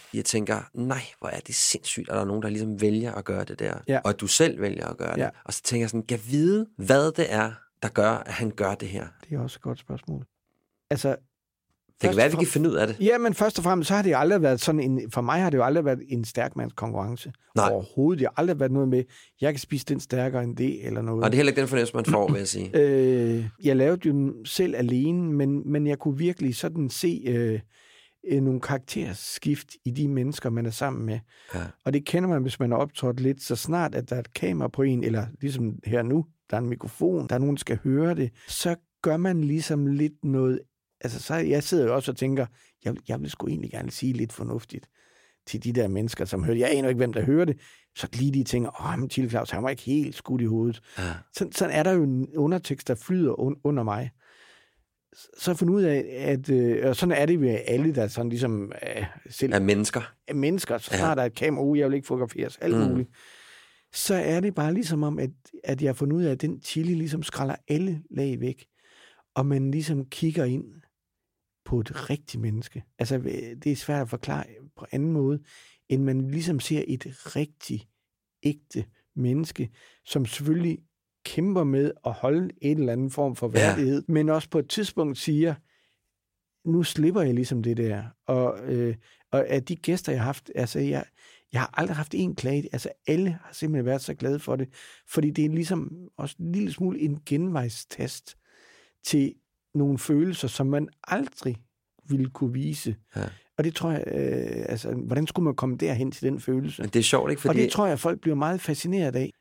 Jeg tænker, nej, hvor er det sindssygt, at der er nogen, der ligesom vælger at gøre det der. Ja. Og at du selv vælger at gøre det. Ja. Og så tænker jeg sådan, kan vide, hvad det er, der gør, at han gør det her. Det er også et godt spørgsmål. Altså, Det kan være, at vi kan finde ud af det. Ja, men først og fremmest, så har det jo aldrig været sådan en... For mig har det jo aldrig været en stærkmands konkurrence. Nej. Overhovedet. Det har aldrig været noget med, jeg kan spise den stærkere end det, eller noget. Og det er heller ikke den fornemmelse, man får, vil jeg sige. Jeg lavede jo selv alene, men jeg kunne virkelig sådan se nogle karakterskift i de mennesker, man er sammen med. Ja. Og det kender man, hvis man er optrådt lidt, så snart, at der er et kamera på en, eller ligesom her nu, der er en mikrofon, der er nogen, der skal høre det, så gør man ligesom lidt noget. Altså, så jeg sidder jo også og tænker, jeg vil sgu egentlig gerne sige lidt fornuftigt til de der mennesker, som hører det. Jeg aner ikke, hvem der hører det. Så lige de tænker, men Tille Claus, han var ikke helt skudt i hovedet. Ja. Sådan er der jo en undertekst, der flyder under mig. Så jeg fundet ud af, at og sådan er det ved alle, der sådan ligesom selv er mennesker. Er mennesker. Så snart der er et kamera, jeg vil ikke fotograferes, alt muligt. Så er det bare ligesom om, at jeg har fundet ud af, at den chili ligesom skræller alle lag væk. Og man ligesom kigger ind på et rigtigt menneske. Altså, det er svært at forklare på anden måde, end man ligesom ser et rigtig, ægte menneske, som selvfølgelig kæmper med at holde en eller anden form for værdighed, men også på et tidspunkt siger, nu slipper jeg ligesom det der. Og af de gæster, jeg har haft, altså, jeg har aldrig haft en klage. Altså, alle har simpelthen været så glade for det, fordi det er ligesom også en lille smule en genvejstest til nogle følelser, som man aldrig ville kunne vise. Ja. Og det tror jeg, altså, hvordan skulle man komme derhen til den følelse? Men det er sjovt, ikke? Fordi... Og det tror jeg, folk bliver meget fascineret af,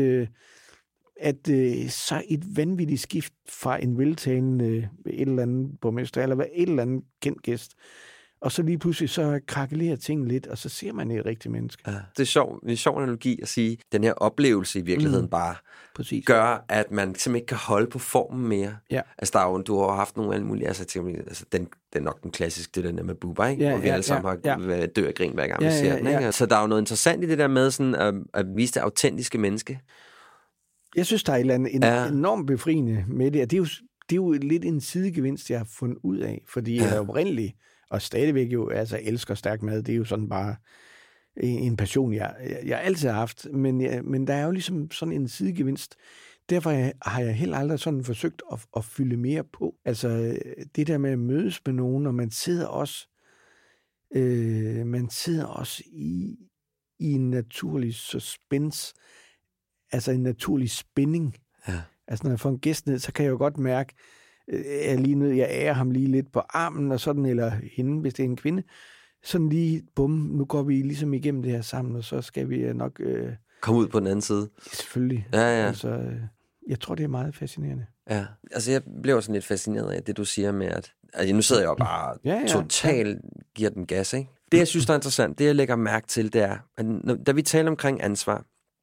at så et vanvittigt skift fra en veltalende et eller andet borgmester, eller et eller andet kendt gæst, og så lige pludselig så krakelerer tingene lidt, og så ser man et rigtigt menneske. Ja. Det er en sjov analogi at sige, den her oplevelse i virkeligheden bare præcis. Gør, at man simpelthen ikke kan holde på formen mere. Ja. Altså, der er jo, du har haft nogle alle mulige, altså den er nok den klassiske, det der med Bubba, ikke? Hvor vi alle sammen har dør af grin, hver gang vi ser den, ikke? Ja. Så der er jo noget interessant i det der med sådan, at vise det autentiske menneske. Jeg synes, der er et eller andet enormt befriende med det, og det er jo lidt en sidegevinst, jeg har fundet ud af, fordi jeg er oprindelig og stadigvæk jo altså elsker stærk mad. Det er jo sådan bare en passion, jeg altid har haft. Men der er jo ligesom sådan en sidegevinst. Derfor har jeg heller aldrig sådan forsøgt at fylde mere på. Altså det der med at mødes med nogen, og man sidder også i en naturlig suspense. Altså en naturlig spænding. Ja. Altså når jeg får en gæst ned, så kan jeg jo godt mærke, jeg ærer ham lige lidt på armen, og sådan, eller hende, hvis det er en kvinde. Sådan lige, bum, nu går vi ligesom igennem det her sammen, og så skal vi nok... komme ud på den anden side. Selvfølgelig. Ja. Altså, jeg tror, det er meget fascinerende. Ja, altså jeg blev sådan lidt fascineret af det, du siger med, at... Altså, nu sidder jeg jo bare totalt giver den gas, ikke? Det, jeg synes, der er interessant, det jeg lægger mærke til, det er, at da vi taler omkring ansvar,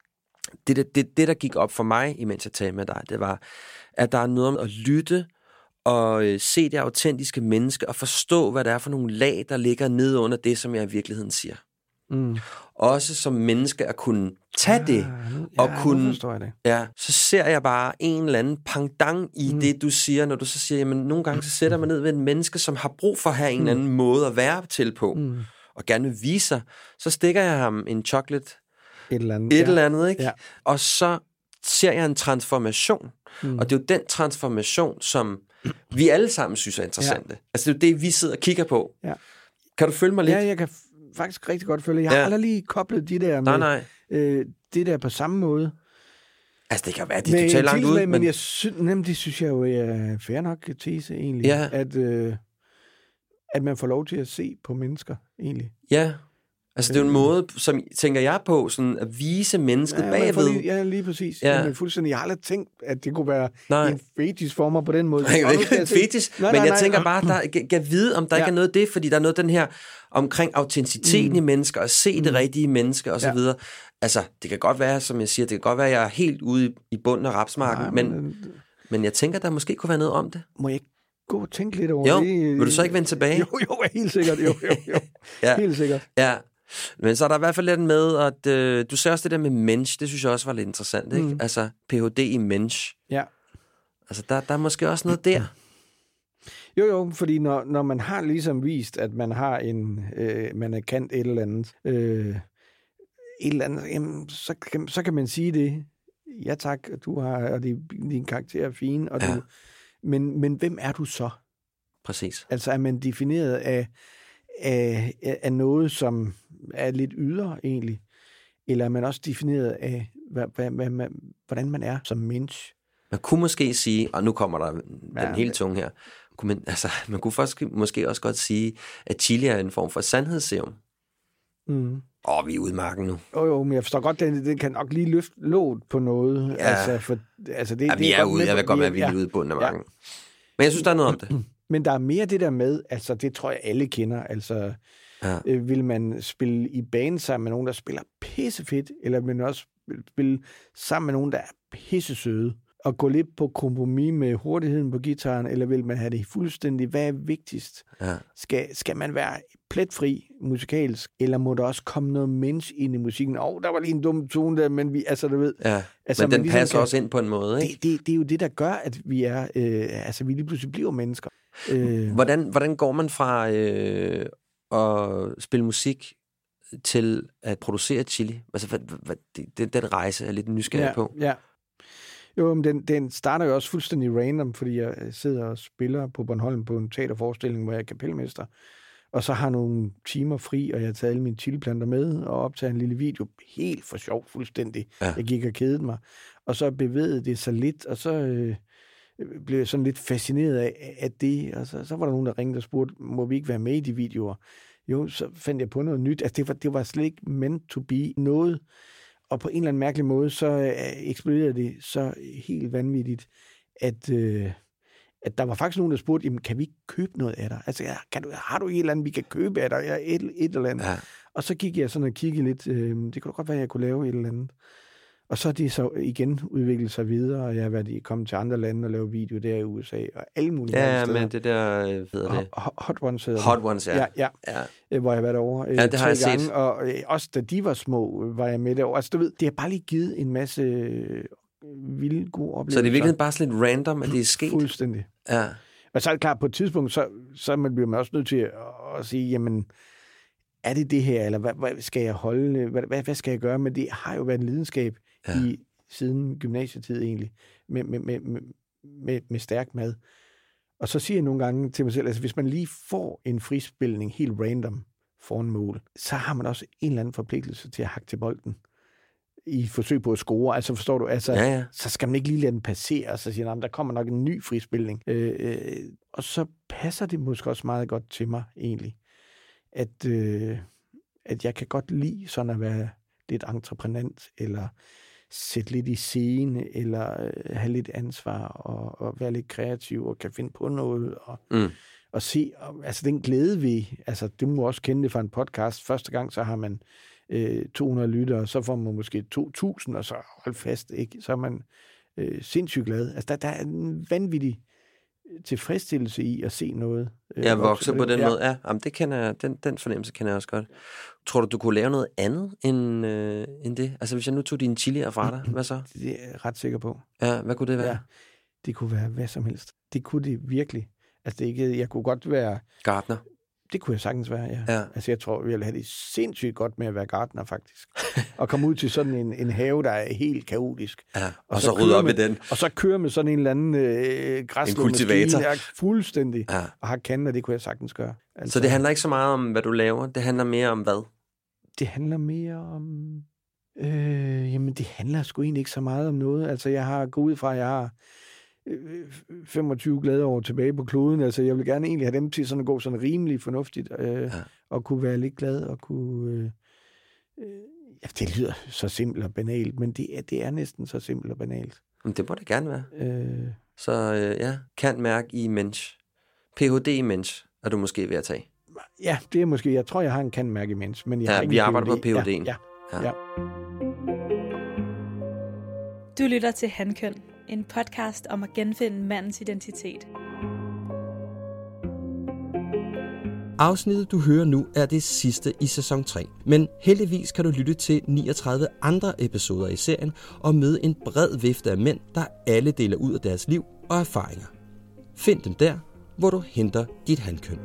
det, der gik op for mig, imens jeg talte med dig, det var, at der er noget om at lytte og se det autentiske menneske og forstå, hvad det er for nogle lag, der ligger nede under det, som jeg i virkeligheden siger. Mm. Også som menneske at kunne tage det og kunne... Det. Ja, så ser jeg bare en eller anden pendant i det, du siger, når du så siger, jamen nogle gange så sætter man ned ved en menneske, som har brug for at have en eller anden måde at være til på, og gerne vil vise sig. Så stikker jeg ham en chocolate, et eller andet, ikke? Ja. Og så ser jeg en transformation. Og det er jo den transformation, som vi alle sammen synes er interessante. Ja. Altså det er jo det, vi sidder og kigger på. Ja. Kan du følge mig lidt? Ja, jeg kan faktisk rigtig godt følge. Jeg har aldrig lige koblet de der med det der på samme måde. Altså det kan være, de er totalt langt ud. Men det synes jeg jo er fair nok tese egentlig. Ja. At man får lov til at se på mennesker egentlig. Ja. Altså, det er jo en måde, som tænker jeg på, sådan at vise mennesket bagved. Ja, lige præcis. Ja. Men fuldstændig, jeg har aldrig tænkt, at det kunne være en fetish for mig på den måde. Nej, ikke en fetish, men jeg tænker bare, der kan vide, om der ikke er noget af det, fordi der er noget den her omkring autenticiteten i mennesker, og se det rigtige menneske, og så videre. Altså, det kan godt være, som jeg siger, det kan godt være, at jeg er helt ude i bunden af rapsmarken, men jeg tænker, der måske kunne være noget om det. Må jeg gå og tænke lidt over det? Vil du så ikke vende tilbage? Jo, helt sikkert. Jo. Helt sikkert. Ja. Men så er der i hvert fald lidt med, at du ser også det der med mensch, det synes jeg også var lidt interessant, ikke? Altså, Ph.D. i mensch. Ja. Altså, der er måske også noget der. Jo, fordi når man har ligesom vist, at man har man er kendt et eller andet, jamen, så kan man sige det. Ja tak, du har, og din karakter er fin, og du, men hvem er du så? Præcis. Altså er man defineret af noget, som er lidt ydre egentlig, eller er man også defineret af, hvordan man er som menneske? Man kunne måske sige, og nu kommer der den hele tunge her, man kunne måske også godt sige, at Chili er en form for sandhedsserum. Mm. Vi er ude i marken nu. Jo, men jeg forstår godt, den kan nok lige løfte låget på noget. Ja. Vi er ude, jeg vil godt være, at vi er ude i bunden af marken. Men jeg synes, der er noget om det. Men der er mere det der med, altså det tror jeg alle kender, altså vil man spille i band sammen med nogen, der spiller pissefedt, eller vil man også spille sammen med nogen, der er pissesøde, og gå lidt på kompromis med hurtigheden på gitaren, eller vil man have det fuldstændig? Hvad er vigtigst? Ja. Skal man være pletfri musikalsk, eller må der også komme noget menneske ind i musikken? Der var lige en dum tone der, men du ved. Ja, men den ligesom passer også ind på en måde, ikke? Det er jo det, der gør, at vi er, vi lige pludselig bliver mennesker. Hvordan går man fra at spille musik til at producere Chili? Altså, den rejse er lidt nysgerrig på. Ja. Jo, men den starter jo også fuldstændig random, fordi jeg sidder og spiller på Bornholm på en teaterforestilling, hvor jeg er kapelmester, og så har nogle timer fri, og jeg har taget alle mine chiliplanter med, og optaget en lille video, helt for sjov fuldstændig. Ja. Jeg gik og kedede mig, og så bevægede det sig lidt, og så blev jeg sådan lidt fascineret af det, og så var der nogen, der ringede og spurgte, må vi ikke være med i de videoer? Jo, så fandt jeg på noget nyt. Altså, det var slet ikke meant to be noget. Og på en eller anden mærkelig måde, så eksploderede det så helt vanvittigt, at der var faktisk nogen, der spurgte, jamen, kan vi ikke købe noget af dig? Altså, har du et eller andet, vi kan købe af dig? Ja, et eller andet. Ja. Og så gik jeg sådan og kiggede lidt. Det kunne godt være, at jeg kunne lave et eller andet. Og så er det så igen udviklet sig videre, og jeg har kommet til andre lande og lavet video der i USA, og alle mulige steder. Ja, men det der, hedder det? Hot Ones hedder Hot Ones, ja. Ja. Hvor jeg har været over det har jeg set. Og også da de var små, var jeg med derovre. Altså du ved, det har bare lige givet en masse vilde, gode oplevelser. Så det er virkelig bare sådan lidt random, at det er sket? Fuldstændig. Ja. Og så er det klart, på et tidspunkt, så bliver man også nødt til at sige, jamen, er det her, eller hvad skal jeg holde, hvad skal jeg gøre? Men det har jo været en lidenskab siden gymnasietid egentlig, med stærk mad. Og så siger jeg nogle gange til mig selv, altså hvis man lige får en frispilning helt random foran mål, så har man også en eller anden forpligtelse til at hakke til bolden i forsøg på at score. Altså forstår du, så skal man ikke lige lade den passere, og så siger man, der kommer nok en ny frispilning. Og så passer det måske også meget godt til mig egentlig, at jeg kan godt lide sådan at være lidt entreprenant, eller sætte lidt i scene, eller have lidt ansvar, og være lidt kreativ, og kan finde på noget, og se, altså den glæde vi, altså det må også kende det fra en podcast. Første gang, så har man 200 lyttere, så får man måske 2.000, og så hold fast, ikke? Så er man sindssygt glad. Altså der er en vanvittig tilfredsstillelse i at se noget. Jeg vokser på den måde. Ja, jamen, det kender jeg, den fornemmelse kender jeg også godt. Tror du kunne lave noget andet end det? Altså hvis jeg nu tog dine chilier fra dig, hvad så? Det er jeg ret sikker på. Ja, hvad kunne det være? Ja, det kunne være hvad som helst. Det kunne det virkelig. Altså jeg kunne godt være gartner. Det kunne jeg sagtens være, ja. Altså jeg tror, jeg ville have det sindssygt godt med at være gartner, faktisk. Og komme ud til sådan en have, der er helt kaotisk. Ja, og så rydde op i den. Og så køre med sådan en eller anden græsslåmaskine, der er fuldstændig, og har kanter, det kunne jeg sagtens gøre. Altså, så det handler ikke så meget om, hvad du laver, det handler mere om hvad? Det handler mere om... jamen, det handler sgu egentlig ikke så meget om noget. Altså, jeg har gået ud fra, at jeg har 25 glade år tilbage på kloden. Altså, jeg vil gerne egentlig have dem til sådan at gå sådan rimelig fornuftigt, og kunne være lidt glad, og kunne... det lyder så simpelt og banalt, men det er næsten så simpelt og banalt. Men det må det gerne være. Så kan mærke i mensch. Ph.D. i mensch er du måske ved at tage. Ja, det er måske... Jeg tror, jeg har en kan-mærke i mensch, men jeg har ikke vi arbejder på Ph.D.'en. Ja. Du lytter til Hankøn, en podcast om at genfinde mandens identitet. Afsnittet, du hører nu, er det sidste i sæson 3. Men heldigvis kan du lytte til 39 andre episoder i serien og møde en bred vifte af mænd, der alle deler ud af deres liv og erfaringer. Find dem der, hvor du henter dit hankøn.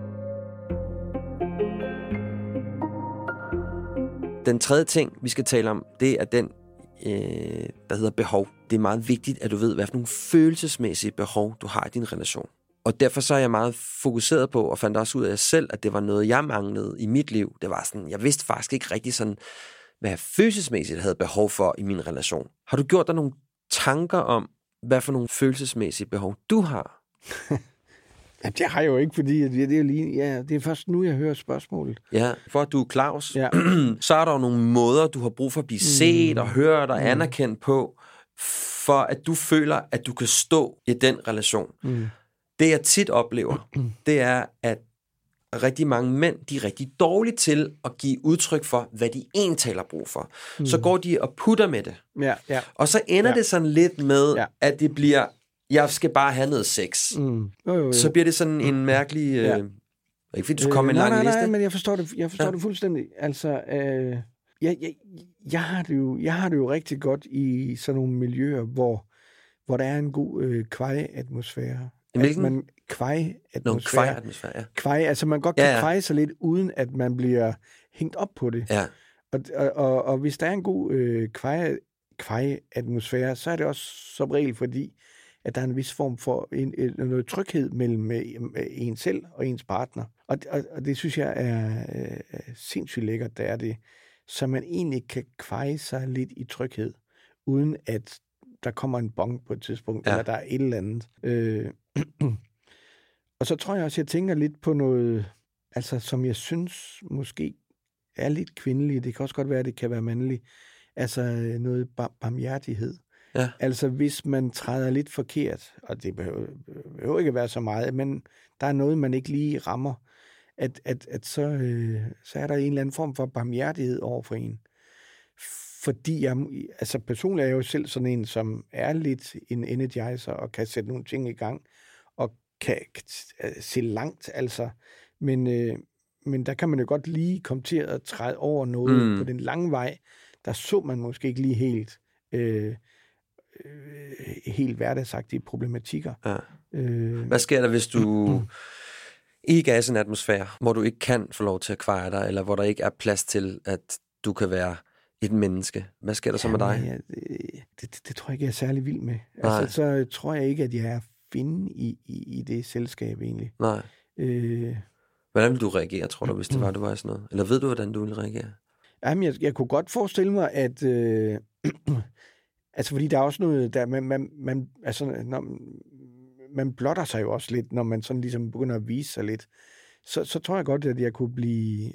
Den tredje ting, vi skal tale om, det er den, der hedder behov. Det er meget vigtigt, at du ved, hvad for nogle følelsesmæssige behov, du har i din relation. Og derfor så er jeg meget fokuseret på, og fandt også ud af selv, at det var noget, jeg manglede i mit liv. Det var sådan, jeg vidste faktisk ikke rigtig sådan, hvad jeg følelsesmæssigt havde behov for i min relation. Har du gjort dig nogle tanker om, hvad for nogle følelsesmæssige behov du har? Ja, det har jeg jo ikke, fordi det er først nu, jeg hører spørgsmålet. Ja, for at du er Claus, så er der jo nogle måder, du har brug for at blive set og hørt og anerkendt på, for at du føler, at du kan stå i den relation. Det, jeg tit oplever, det er, at rigtig mange mænd, de er rigtig dårlige til at give udtryk for, hvad de egentlig har brug for. Så går de og putter med det. Ja. Og så ender det sådan lidt med, at det bliver, jeg skal bare have noget sex. Jo. Så bliver det sådan en mærkelig... ikke fordi du kommer en lang liste. Nej, men jeg forstår det fuldstændig. Altså, jeg har det jo rigtig godt i sådan nogle miljøer, hvor der er en god kveje-atmosfære. Kveje-atmosfære, ja. Kveje, altså man godt kan kveje sig lidt, uden at man bliver hængt op på det. Ja. Og hvis der er en god kveje-atmosfære, så er det også som regel fordi, at der er en vis form for noget tryghed mellem en selv og ens partner. Og det synes jeg er sindssygt lækkert, det er det. Så man egentlig kan kveje sig lidt i tryghed, uden at der kommer en bong på et tidspunkt, eller der er et eller andet. Og så tror jeg også, jeg tænker lidt på noget, altså som jeg synes måske er lidt kvindeligt. Det kan også godt være, at det kan være mandligt. Altså noget barmhjertighed. Ja. Altså hvis man træder lidt forkert, og det behøver ikke at være så meget, men der er noget, man ikke lige rammer, at så er der en eller anden form for barmhjertighed over for en. Fordi altså personligt er jeg jo selv sådan en, som er lidt en energizer, og kan sætte nogle ting i gang, og kan se langt, altså. Men der kan man jo godt lige komme til at træde over noget på den lange vej. Der så man måske ikke lige helt hverdagsagtige problematikker. Ja. Hvad sker der, hvis du ikke er i sådan en atmosfære, hvor du ikke kan få lov til at kveje dig, eller hvor der ikke er plads til, at du kan være et menneske? Hvad sker der så med dig? Ja, det tror jeg ikke, jeg er særlig vild med. Altså, så tror jeg ikke, at jeg er finde i det selskab egentlig. Nej. Hvordan vil du reagere, tror du, hvis det var, du var sådan noget? Eller ved du, hvordan du vil reagere? Jamen, jeg kunne godt forestille mig, at... altså, fordi der er også noget, der man blotter sig jo også lidt, når man sådan ligesom begynder at vise sig lidt. Så tror jeg godt, at jeg kunne blive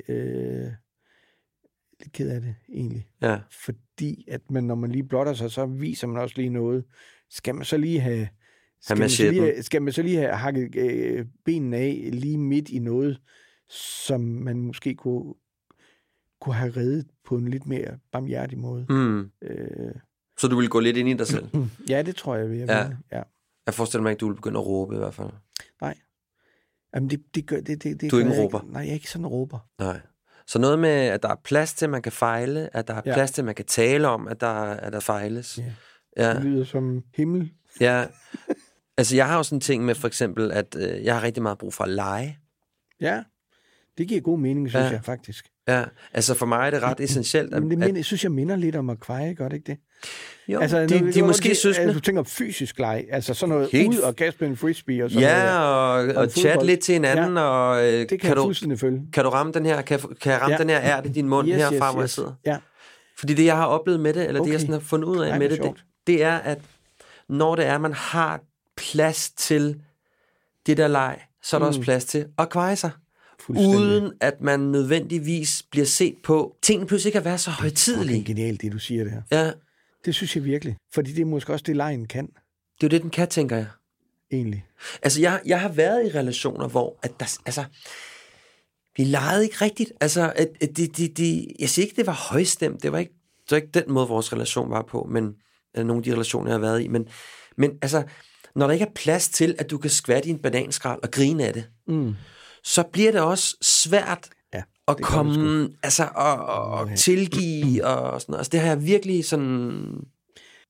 lidt ked af det, egentlig. Ja. Fordi, at når man lige blotter sig, så viser man også lige noget. Skal man så lige have... Skal man så lige have hakket benene af lige midt i noget, som man måske kunne have reddet på en lidt mere barmhjertig måde. Så du vil gå lidt ind i dig selv? Ja, det tror jeg, vil. Ja. Jeg forestiller mig ikke, du vil begynde at råbe i hvert fald. Nej. Jamen, det gør... Det du er ikke en råber? Nej, jeg er ikke sådan en råber. Nej. Så noget med, at der er plads til, at man kan fejle, at der er plads til, at man kan tale om, at der fejles. Ja. Det lyder som himmel. Ja. Altså, jeg har jo sådan en ting med, for eksempel, at jeg har rigtig meget brug for at lege. Ja, det giver god mening, synes jeg faktisk. Ja, altså for mig er det ret essentielt. Men jeg synes, jeg minder lidt om at kveje, gør det ikke det? Jo, altså, de er måske søskende. Du tænker fysisk leg, altså sådan noget ud og kaste en frisbee og sådan noget. Og chatte lidt til hinanden. Og, det kan jeg fuldstændig følge. Kan du ramme den her, kan jeg ramme den her ærte i din mund herfra, hvor jeg sidder? Ja. Fordi det, jeg har oplevet med det, eller det, jeg sådan har fundet ud af med det er, at når det er, man har plads til det der leg, så er der også plads til at kveje sig. Uden at man nødvendigvis bliver set på. Tingene pludselig ikke kan være så højtidelige. Det er genialt, det du siger det her. Ja. Det synes jeg virkelig. Fordi det er måske også det, legen kan. Det er jo det, den kan, tænker jeg. Egentlig. Altså, jeg har været i relationer, hvor at der, altså, vi legede ikke rigtigt. Altså, jeg siger ikke, det var højstemt. Det var ikke den måde, vores relation var på, men nogle af de relationer, jeg har været i. Men altså, når der ikke er plads til, at du kan skvatte i en bananskrald og grine af det, så bliver det også svært at komme, altså, og tilgive og sådan noget. Altså, det har jeg virkelig sådan...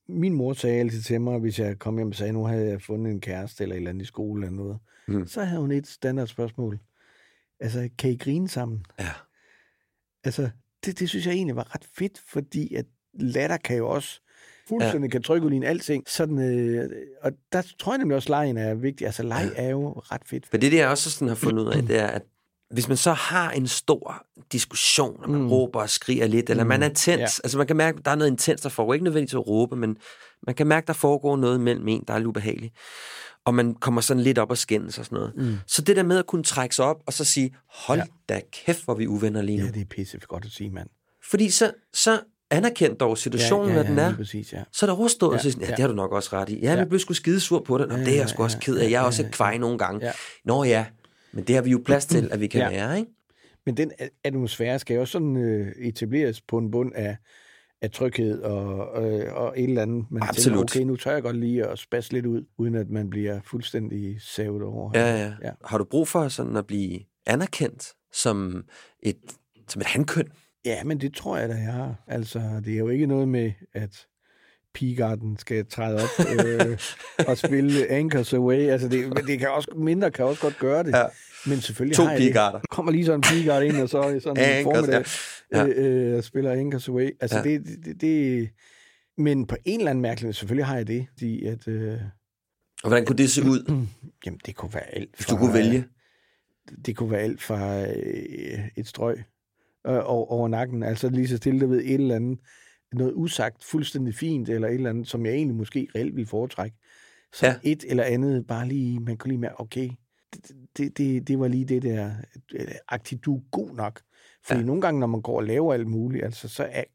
min mor sagde altid til mig, hvis jeg kom hjem og sagde, nu havde jeg fundet en kæreste eller et eller andet i skole eller noget, så havde hun et standardspørgsmål. Altså, kan I grine sammen? Ja. Altså, det synes jeg egentlig var ret fedt, fordi at latter kan jo også fuldstændig kan trykke ud i alting. Sådan, og der tror jeg nemlig også, at lejen er vigtig. Altså, leg er jo ret fedt. For det jeg også sådan har fundet ud af, det er, at hvis man så har en stor diskussion, og man råber og skriger lidt, eller man er tens, altså man kan mærke, at der er noget intens, der foregår. Ikke nødvendigvis at råbe, men man kan mærke, at der foregår noget mellem en, der er lidt ubehageligt. Og man kommer sådan lidt op og skændes og sådan noget. Så det der med at kunne trække sig op, og så sige, hold da kæft, hvor vi uvenner lige nu. Ja, det er pisse godt at sige, mand. Fordi så anerkendt dog situationen, hvad den er. Præcis, så er der overstået, og så det har du nok også ret i. Ja, vi blev sgu skidesur på det. Nå, det er jeg sgu også ked af. Jeg er også et kvej nogle gange. Nå ja, men det har vi jo plads til, at vi kan være, ikke? Men den atmosfære skal jo også sådan etableres på en bund af tryghed og et eller andet. Man Absolut. Tænker, okay, nu tør jeg godt lige at spasse lidt ud, uden at man bliver fuldstændig savet over. Ja. Har du brug for sådan at blive anerkendt som et hankøn? Ja, men det tror jeg da, jeg har. Altså, det er jo ikke noget med, at Pigegarden skal træde op og spille Anchors Away. Altså, det kan også, mindre kan også godt gøre det. Ja. Men selvfølgelig 2 har jeg pigegarder. det. Kommer lige sådan en pigegard ind, og så sådan en formiddag spiller Anchors Away. Altså, det men på en eller anden mærkelig måde, selvfølgelig har jeg det. Fordi at, og hvordan kunne det se ud? Jamen, det kunne være alt. Hvis du kunne vælge? Det kunne være alt fra et strøg over nakken. Altså lige så stille, der ved et eller andet. Noget usagt, fuldstændig fint, eller et eller andet, som jeg egentlig måske reelt ville foretrække. Så et eller andet, bare lige, man kunne lige mærke, okay, det var lige det der, agtigt, du er god nok. Fordi nogle gange, når man går og laver alt muligt, altså,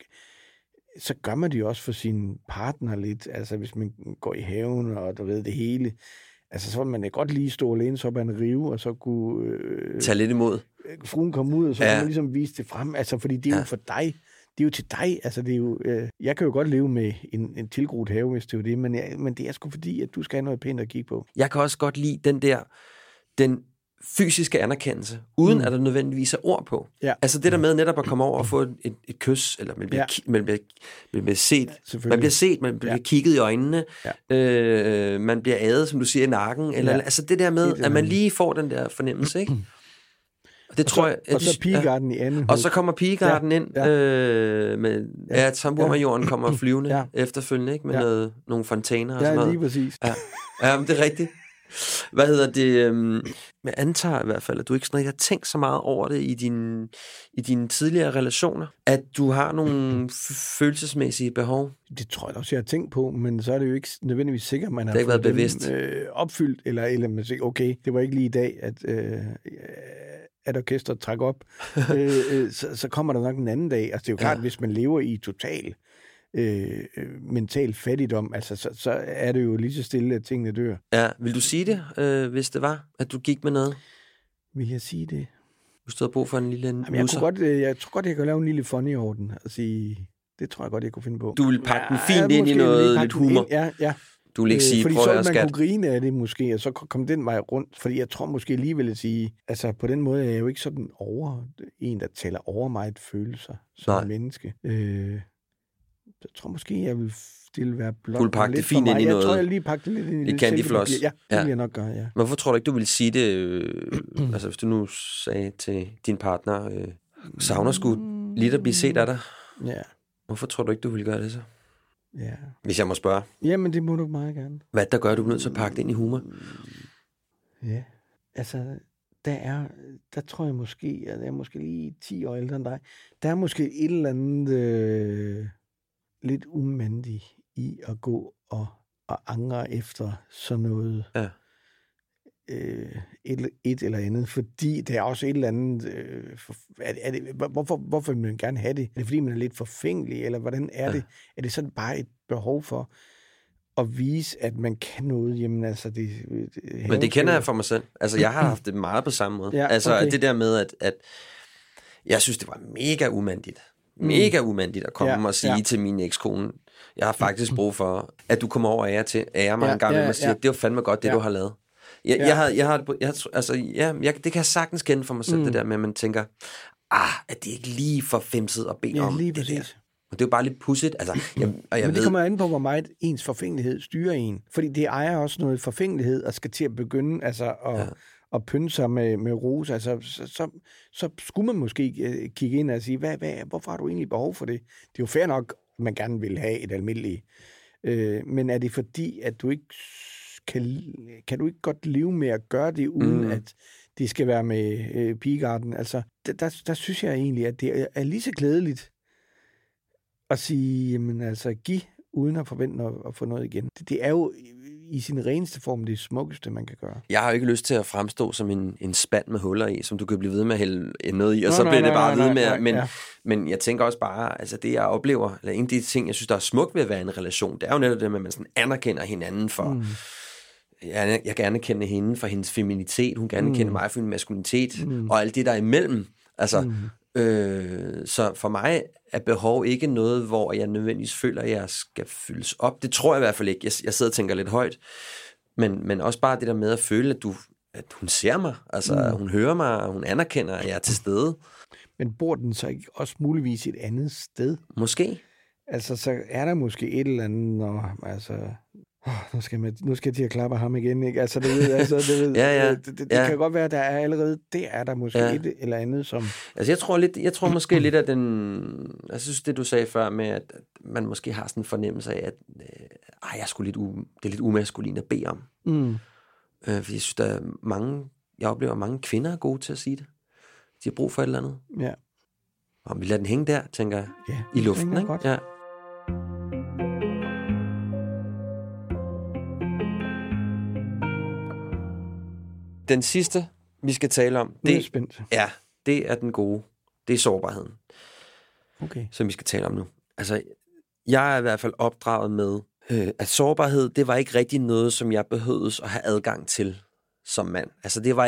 så gør man det jo også for sin partner lidt. Altså, hvis man går i haven, og du ved det hele, altså, så vil man godt lige stå og læne sig op ad en rive, og så kunne tage lidt imod. Fruen komme ud, og så kan man ligesom vise det frem. Altså, fordi det er jo for dig. Det er jo til dig. Altså, det er jo, jeg kan jo godt leve med en tilgroet have, hvis det er det, men det er sgu fordi, at du skal have noget pænt at kigge på. Jeg kan også godt lide den fysiske anerkendelse, uden at der nødvendigvis er ord på. Ja. Altså det der med netop at komme over og få et kys, eller man bliver set, man bliver kigget i øjnene, man bliver adet, som du siger, i nakken, eller altså det der med, at man lige får den der fornemmelse, ikke? Og det tror jeg. Og så Pigegarden i anden. Og så kommer Pigegarden ind med tamburmajoren kommer flyvende efterfølgende, ikke? Med nogle fontæner og sådan noget. Ja, lige præcis. Ja, men det er rigtigt. Hvad hedder det? Jeg antager i hvert fald, at du ikke sådan har tænkt så meget over det i dine tidligere relationer. At du har nogle følelsesmæssige behov. Det tror jeg også, jeg har tænkt på, men så er det jo ikke nødvendigvis sikkert, man har ikke været bevidst. Opfyldt, eller man siger, okay, det var ikke lige i dag, at orkestret trækker op. Så kommer der nok en anden dag. Altså det er jo klart, hvis man lever i total mental fattigdom, altså så er det jo lige så stille, at tingene dør. Ja, vil du sige det, hvis det var, at du gik med noget? Vil jeg sige det? Du stod brug for en lille nusser? Jeg tror godt, jeg kan lave en lille funny orden og sige, det tror jeg godt, jeg kunne finde på. Du vil pakke den fint ind i noget lidt humor? Ja. Du vil ikke sige, fordi så man kunne grine af det måske, og så kom den vej rundt, fordi jeg tror måske alligevel at sige, altså på den måde er jeg jo ikke sådan en, der taler over meget følelser som en menneske. Jeg tror måske, det vil være blot. Du vil pakke det fint ind i noget. Jeg tror, jeg lige pakke det lidt ind i det candyfloss. Ja, det vil jeg nok gøre, ja. Hvorfor tror du ikke, du vil sige det, altså hvis du nu sagde til din partner, savner sgu lidt at blive set af dig? Ja. Hvorfor tror du ikke, du vil gøre det så? Ja. Hvis jeg må spørge. Jamen, det må du meget gerne. Hvad der gør, du nødt til at pakke det ind i humor? Ja, altså, der tror jeg måske, at jeg er måske lige 10 år ældre end dig. Der er måske et eller andet lidt umandigt i at gå og angre efter sådan noget. Ja. Et eller andet, fordi det er også et eller andet hvorfor vil man gerne have det? Er det fordi man er lidt forfængelig, eller hvordan er det? Er det sådan bare et behov for at vise, at man kan noget? Jamen altså men det kender jeg for mig selv. Altså jeg har haft det meget på samme måde. Ja, okay. Altså det der med at jeg synes det var mega umandigt at komme og sige til min ekskone, jeg har faktisk brug for at du kommer over ære mig en gang med mig og siger, det var fandme godt det du har lavet. Det kan jeg sagtens kende for mig selv, det der med, at man tænker, er det ikke lige for femset at bede om lige det der? Og det er jo bare lidt pudsigt. Altså, men det kommer an på, hvor meget ens forfængelighed styrer en. Fordi det ejer også noget forfængelighed, og skal til at begynde at pynte sig med rose. Altså, så skulle man måske kigge ind og sige, hvorfor har du egentlig behov for det? Det er jo fair nok, man gerne vil have et almindeligt. Men er det fordi, at du ikke kan du ikke godt leve med at gøre det, uden at det skal være med pigegarden? Altså, der synes jeg egentlig, at det er lige så glædeligt at sige, jamen altså, giv uden at forvente at få noget igen. Det er jo i sin reneste form det smukkeste, man kan gøre. Jeg har jo ikke lyst til at fremstå som en spand med huller i, som du kan blive ved med at hælde noget i, og så bliver det bare ved med. Men jeg tænker også bare, altså det jeg oplever, eller en af de ting, jeg synes, der er smukt ved at være i en relation, det er jo netop det med, at man sådan anerkender hinanden for... Jeg kan anerkende hende for hendes feminitet, hun kan anerkende mig for min maskulinitet, og alt det der imellem. Altså, så for mig er behov ikke noget, hvor jeg nødvendigvis føler, at jeg skal fyldes op. Det tror jeg i hvert fald ikke. Jeg sidder og tænker lidt højt. Men også bare det der med at føle, at hun ser mig. Altså, hun hører mig, og hun anerkender, at jeg er til stede. Men bor den så ikke også muligvis et andet sted? Måske. Altså, så er der måske et eller andet, når altså... Nu skal jeg til at klappe ham igen, ikke? Altså, det kan godt være, at der er allerede, det er der måske et eller andet, som... Altså, jeg tror måske lidt, at jeg synes, det du sagde før med, at man måske har sådan en fornemmelse af, at det er lidt umaskulin at bede om. Fordi jeg synes, der er jeg oplever, at mange kvinder er gode til at sige det. De har brug for et eller andet. Ja. Og vi lader den hænge der, tænker jeg, i luften, ikke? Godt. Ja. Den sidste, vi skal tale om, det er den gode. Det er sårbarheden. Okay. Som vi skal tale om nu. Altså, jeg er i hvert fald opdraget med, at sårbarhed, det var ikke rigtig noget, som jeg behøvede at have adgang til som mand. Altså, det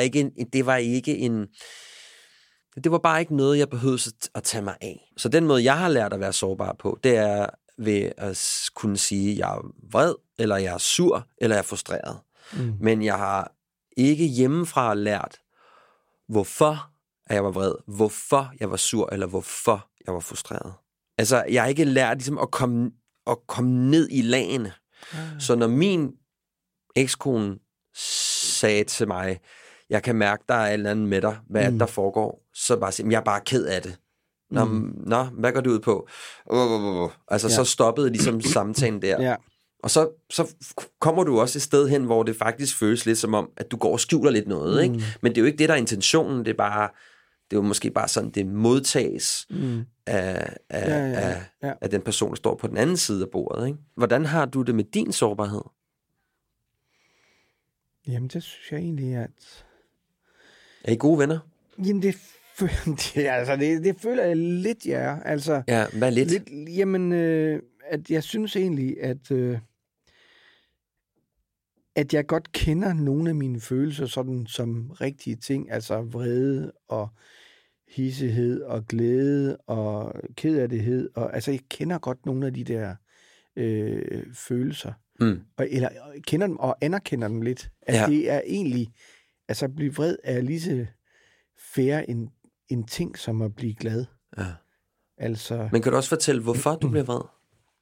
var bare ikke noget, jeg behøvede at tage mig af. Så den måde, jeg har lært at være sårbar på, det er ved at kunne sige, at jeg er vred, eller jeg er sur, eller jeg er frustreret. Men jeg har ikke hjemmefra lært, hvorfor jeg var vred, hvorfor jeg var sur, eller hvorfor jeg var frustreret. Altså, jeg har ikke lært ligesom, at komme ned i lagene. Så når min ekskone sagde til mig, jeg kan mærke, der er et eller andet med dig, hvad er det, der foregår, så bare sige, jeg er bare ked af det. Nå, hvad går det ud på? Altså, så stoppede ligesom samtalen der. Ja. Og så kommer du også et sted hen, hvor det faktisk føles lidt som om, at du går og skjuler lidt noget, ikke? Men det er jo ikke det, der er intentionen, det er jo måske bare sådan, det modtages af den person, der står på den anden side af bordet, ikke? Hvordan har du det med din sårbarhed? Jamen, det synes jeg egentlig, at... Er I gode venner? Jamen, det føler jeg lidt, ja. Altså, ja, hvad lidt? Jamen, at jeg synes egentlig, at jeg godt kender nogle af mine følelser sådan som rigtige ting, altså vrede og hissighed og glæde og kederlighed. Og, altså, jeg kender godt nogle af de der følelser. Eller kender dem og anerkender dem lidt. At det er egentlig, altså at blive vred er lige så fair en ting som at blive glad. Ja. Altså, men kan du også fortælle, hvorfor du bliver vred?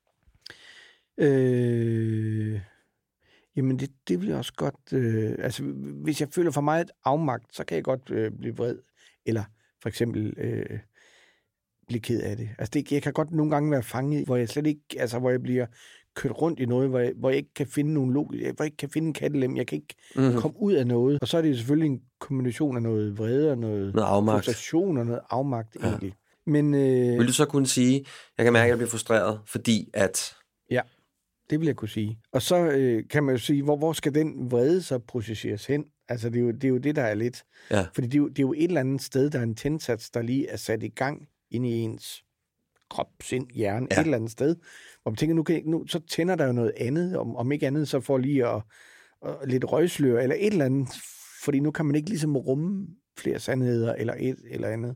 Jamen, det vil jeg også godt... altså, hvis jeg føler for meget afmagt, så kan jeg godt blive vred. Eller for eksempel blive ked af det. Altså, jeg kan godt nogle gange være fanget, hvor jeg slet ikke... Altså, hvor jeg bliver kørt rundt i noget, hvor jeg ikke kan finde nogen logik, hvor jeg ikke kan finde en kattelem, jeg kan ikke komme ud af noget. Og så er det selvfølgelig en kombination af noget vrede og noget frustration og noget afmagt egentlig. Men, vil du så kunne sige, jeg kan mærke, at jeg bliver frustreret, fordi at... Ja, det vil jeg kunne sige. Og så kan man jo sige, hvor skal den vrede så processeres hen? Altså, det er jo det, der er lidt. Ja. Fordi det er jo et eller andet sted, der er en tændsats, der lige er sat i gang inde i ens krop, sind, hjerne, et eller andet sted. Hvor man tænker, nu så tænder der jo noget andet, om ikke andet, så får lige at lidt røgslør, eller et eller andet, fordi nu kan man ikke ligesom rumme flere sandheder, eller et eller andet.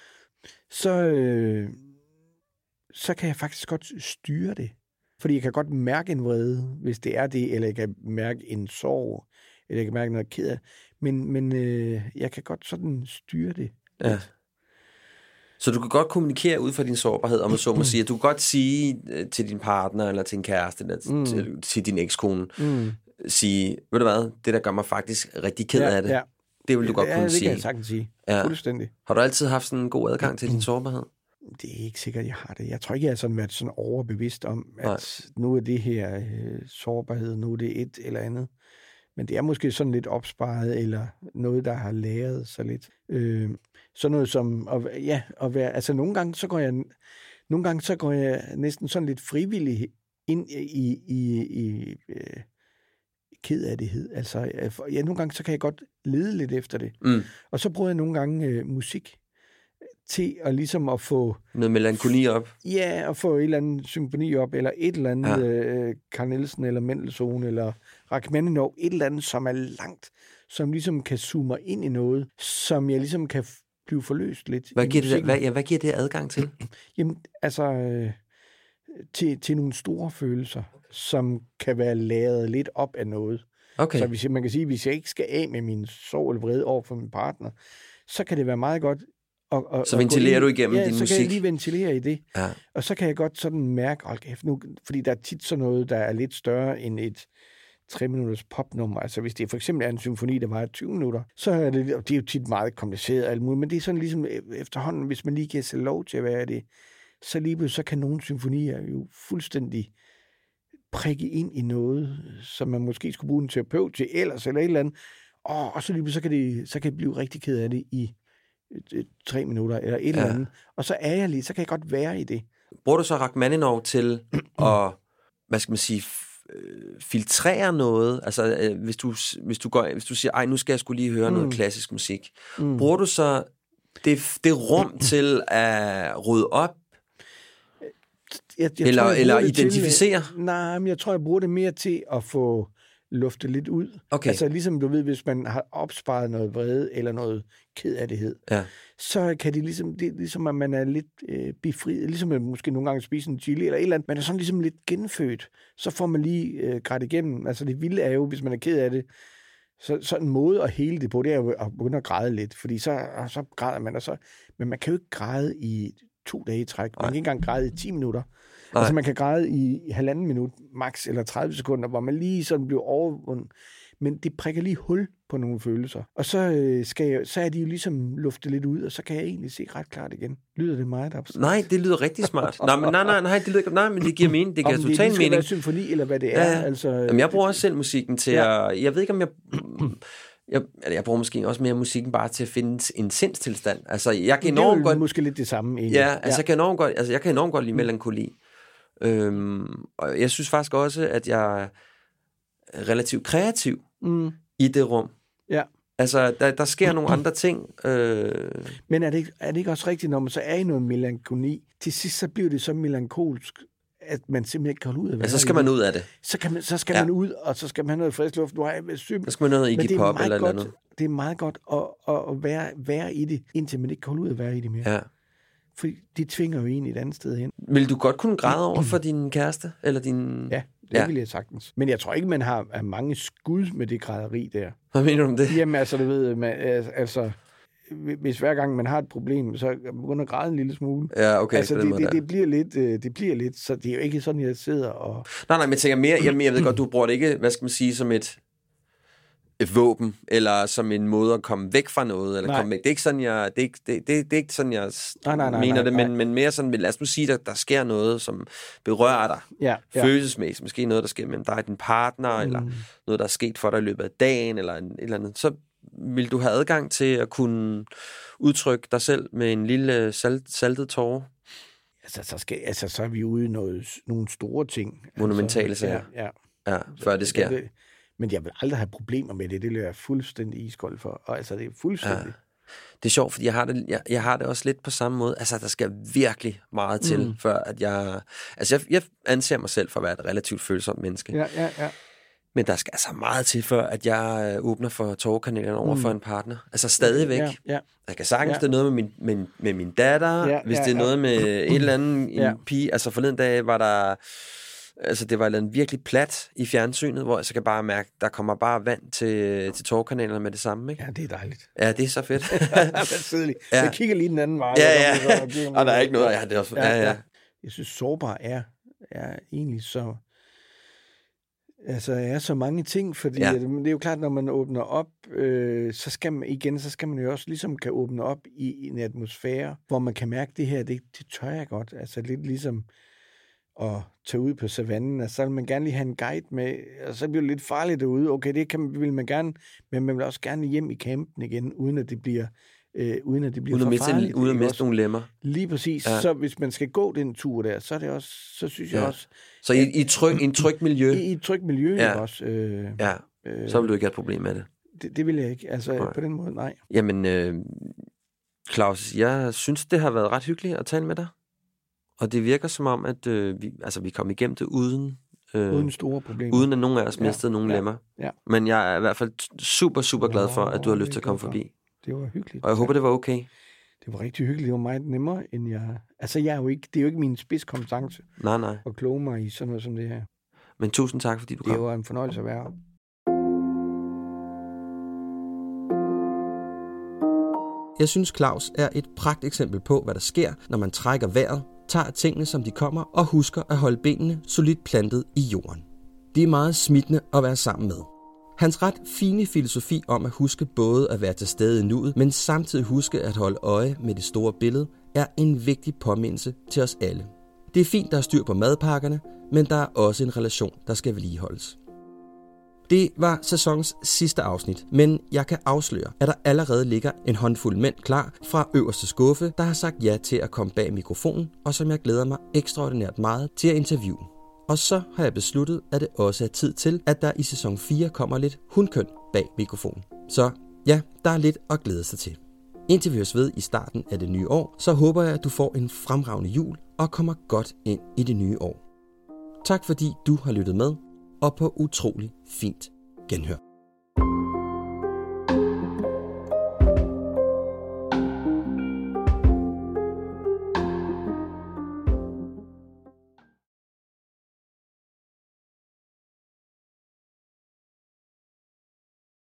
Så kan jeg faktisk godt styre det. Fordi jeg kan godt mærke en vrede, hvis det er det, eller jeg kan mærke en sorg, eller jeg kan mærke noget ked af. Men jeg kan godt sådan styre det. Ja. Så du kan godt kommunikere ud fra din sårbarhed, om man så må sige. Du kan godt sige til din partner, eller til en kæreste, eller til din ekskone, sige, ved du hvad, det der gør mig faktisk rigtig ked af det. Ja. Det vil du godt kunne sige. Ja, det kan jeg sagtens sige. Ja. Fuldstændig. Har du altid haft sådan en god adgang til din sårbarhed? Det er ikke sikkert, jeg har det. Jeg tror ikke, jeg har sådan været sådan overbevidst om, at nu er det her sårbarhed, nu er det et eller andet. Men det er måske sådan lidt opsparet, eller noget, der har læret sig lidt. Sådan noget som at være... Altså nogle gange, så går jeg næsten sådan lidt frivillig ind i kedelighed. Altså, nogle gange, så kan jeg godt lede lidt efter det. Og så bruger jeg nogle gange musik til at ligesom at få... Noget melankoli op? Ja, at få et eller andet symfoni op, eller et eller andet Carl Nielsen, eller Mendelssohn, eller Rachmaninov, et eller andet, som er langt, som ligesom kan zoome mig ind i noget, som jeg ligesom kan blive forløst lidt. Hvad giver det adgang til? Jamen, altså... Til nogle store følelser, som kan være lavet lidt op af noget. Okay. Så hvis man kan sige, hvis jeg ikke skal af med min sorg eller vrede over for min partner, så kan det være meget godt så ventilerer du igennem din musik? Ja, så kan jeg lige ventilere i det. Ja. Og så kan jeg godt sådan mærke, fordi der er tit sådan noget, der er lidt større end et 3-minutters popnummer. Altså hvis det for eksempel er en symfoni, der varer 20 minutter, så er det, og det er jo tit meget kompliceret og alt muligt, men det er sådan ligesom efterhånden, hvis man lige giver sig lov til at være det, så lige pludselig, så kan nogle symfonier jo fuldstændig prikke ind i noget, som man måske skulle bruge en terapeut til ellers, eller et eller andet. Og så lige pludselig, så kan jeg blive rigtig ked af det i 3 minutter, eller et eller andet. Og så er jeg lige, så kan jeg godt være i det. Bruger du så Rachmaninov til at, hvad skal man sige, filtrere noget? Altså, hvis du siger, ej, nu skal jeg skulle lige høre noget klassisk musik. Bruger du så det rum til at rydde op? Eller identificere? Nej, men jeg tror, jeg bruger det mere til at få luftet lidt ud. Okay. Altså ligesom du ved, hvis man har opsparet noget vrede eller noget kedelighed, så kan det ligesom at man er lidt befriet, ligesom at måske nogle gange spise en chili eller et eller andet. Man er sådan ligesom lidt genfødt. Så får man lige grædt igennem. Altså det vilde er jo, hvis man er ked af det, så en måde at hele det på, det er jo at begynde at græde lidt, fordi så græder man, men man kan jo ikke græde i 2 dage i træk. Man kan ikke engang græde i 10 minutter. Nej. Altså man kan græde i 1,5 minut, max, eller 30 sekunder, hvor man lige sådan bliver overvundet. Men det prikker lige hul på nogle følelser. Og så er de jo ligesom luftet lidt ud, og så kan jeg egentlig se ret klart igen. Lyder det meget abstrakt? Nej, det lyder rigtig smart. Nej, men det giver mening. Det giver total mening. Det skal være symfoni, eller hvad det er. Ja. Altså, jamen, jeg bruger også selv musikken til at... Jeg ved ikke, om jeg bruger måske også mere musikken bare til at finde en sindstilstand. Altså, jeg kan enormt godt... måske lidt det samme, egentlig. Ja, altså, jeg kan enormt godt lide melankoli. Og jeg synes faktisk også, at jeg er relativt kreativ i det rum. Ja. Altså, der sker nogle andre ting. Men er det ikke også rigtigt, når man så er i noget melankoli, til sidst så bliver det så melankolsk, at man simpelthen ikke kan holde ud af det. Så skal man ud af det. Så skal man ud, og så skal man have noget frisk luft. Så skal man noget Iggy Pop eller noget. Det er meget godt at være i det, indtil man ikke kan holde ud at være i det mere. Ja. For de tvinger jo en et andet sted hen. Vil du godt kunne græde over for din kæreste? Eller din... Ja, det vil jeg sagtens. Men jeg tror ikke, man har mange skud med det græderi der. Hvad mener du om det? Jamen altså, du ved, hvis hver gang man har et problem, så begynder at græde en lille smule. Ja, okay. Altså, det bliver lidt, så det er jo ikke sådan, jeg sidder og... Nej, men jeg tænker mere, jeg ved godt, du bruger det ikke, hvad skal man sige, som et våben, eller som en måde at komme væk fra noget, eller komme væk. Det er ikke sådan, det er ikke sådan, jeg mener det, men mere sådan, lad os nu sige, at der sker noget, som berører dig følelsesmæssigt. Måske noget, der sker mellem dig og din partner, eller noget, der er sket for dig i løbet af dagen, eller et eller andet. Så vil du have adgang til at kunne udtrykke dig selv med en lille saltet tåre? Altså, så er vi ude i nogle store ting. Monumentale sager. Ja, før det sker. Men jeg vil aldrig have problemer med det. Det løber jeg fuldstændig iskold for. Og altså, det er fuldstændig... Ja. Det er sjovt, fordi jeg har det også lidt på samme måde. Altså, der skal virkelig meget til, før at jeg... Altså, jeg anser mig selv for at være et relativt følsomt menneske. Ja. Men der skal altså meget til, før at jeg åbner for tårekanalerne over for en partner. Altså, stadigvæk. Ja. Jeg kan sagtens, det er noget med min datter, hvis det er noget med et eller andet en pige. Altså, forleden dag var der... Altså, det var lavet virkelig plat i fjernsynet, hvor jeg så kan bare mærke, der kommer bare vand til tårkanalerne med det samme, ikke? Ja, det er dejligt. Ja, det er så fedt. Ja. Jeg kigger lige den anden vej. Ja. Og der er ikke noget. Ja, det er også... ja. Jeg synes, sårbar er egentlig så... Altså, er så mange ting, fordi det er jo klart, når man åbner op, så skal man jo også ligesom kan åbne op i en atmosfære, hvor man kan mærke, det her, det tør jeg godt. Altså lidt ligesom at tage ud på savannen, altså, så vil man gerne lige have en guide med, og så bliver det lidt farligt derude. Okay, vil man gerne, men man vil også gerne hjem i campen igen, uden at det bliver for farligt. Uden at miste nogle lemmer. Lige præcis. Ja. Så hvis man skal gå den tur der, så er det også, så synes jeg også... Så i et trygt miljø? I et trygt miljø også. Så vil du ikke have et problem med det? Det vil jeg ikke. Altså på den måde, nej. Jamen, Claus, jeg synes, det har været ret hyggeligt at tale med dig. Og det virker som om, at vi kom igennem det uden store problemer. Uden at nogen af os mistede nogen lemmer. Ja. Men jeg er i hvert fald super, super glad for, at du har lyst til at komme forbi. Det var hyggeligt. Og jeg håber, det var okay. Det var rigtig hyggeligt. Det var meget nemmere, end jeg... Altså, det er jo ikke min spidskompetence. Nej. At kloge mig i sådan noget som det her. Men tusind tak, fordi du kom. Det var en fornøjelse at være her. Jeg synes, Claus er et pragteksempel på, hvad der sker, når man trækker vejret, tager tingene, som de kommer, og husker at holde benene solidt plantet i jorden. Det er meget smittende at være sammen med. Hans ret fine filosofi om at huske både at være til stede i nuet, men samtidig huske at holde øje med det store billede, er en vigtig påmindelse til os alle. Det er fint, der er styr på madpakkerne, men der er også en relation, der skal vedligeholdes. Det var sæsonens sidste afsnit, men jeg kan afsløre, at der allerede ligger en håndfuld mænd klar fra øverste skuffe, der har sagt ja til at komme bag mikrofonen, og som jeg glæder mig ekstraordinært meget til at interviewe. Og så har jeg besluttet, at det også er tid til, at der i sæson 4 kommer lidt hundkøn bag mikrofonen. Så ja, der er lidt at glæde sig til. Indtil vi høres ved i starten af det nye år, så håber jeg, at du får en fremragende jul og kommer godt ind i det nye år. Tak fordi du har lyttet med, og på utrolig fint genhør.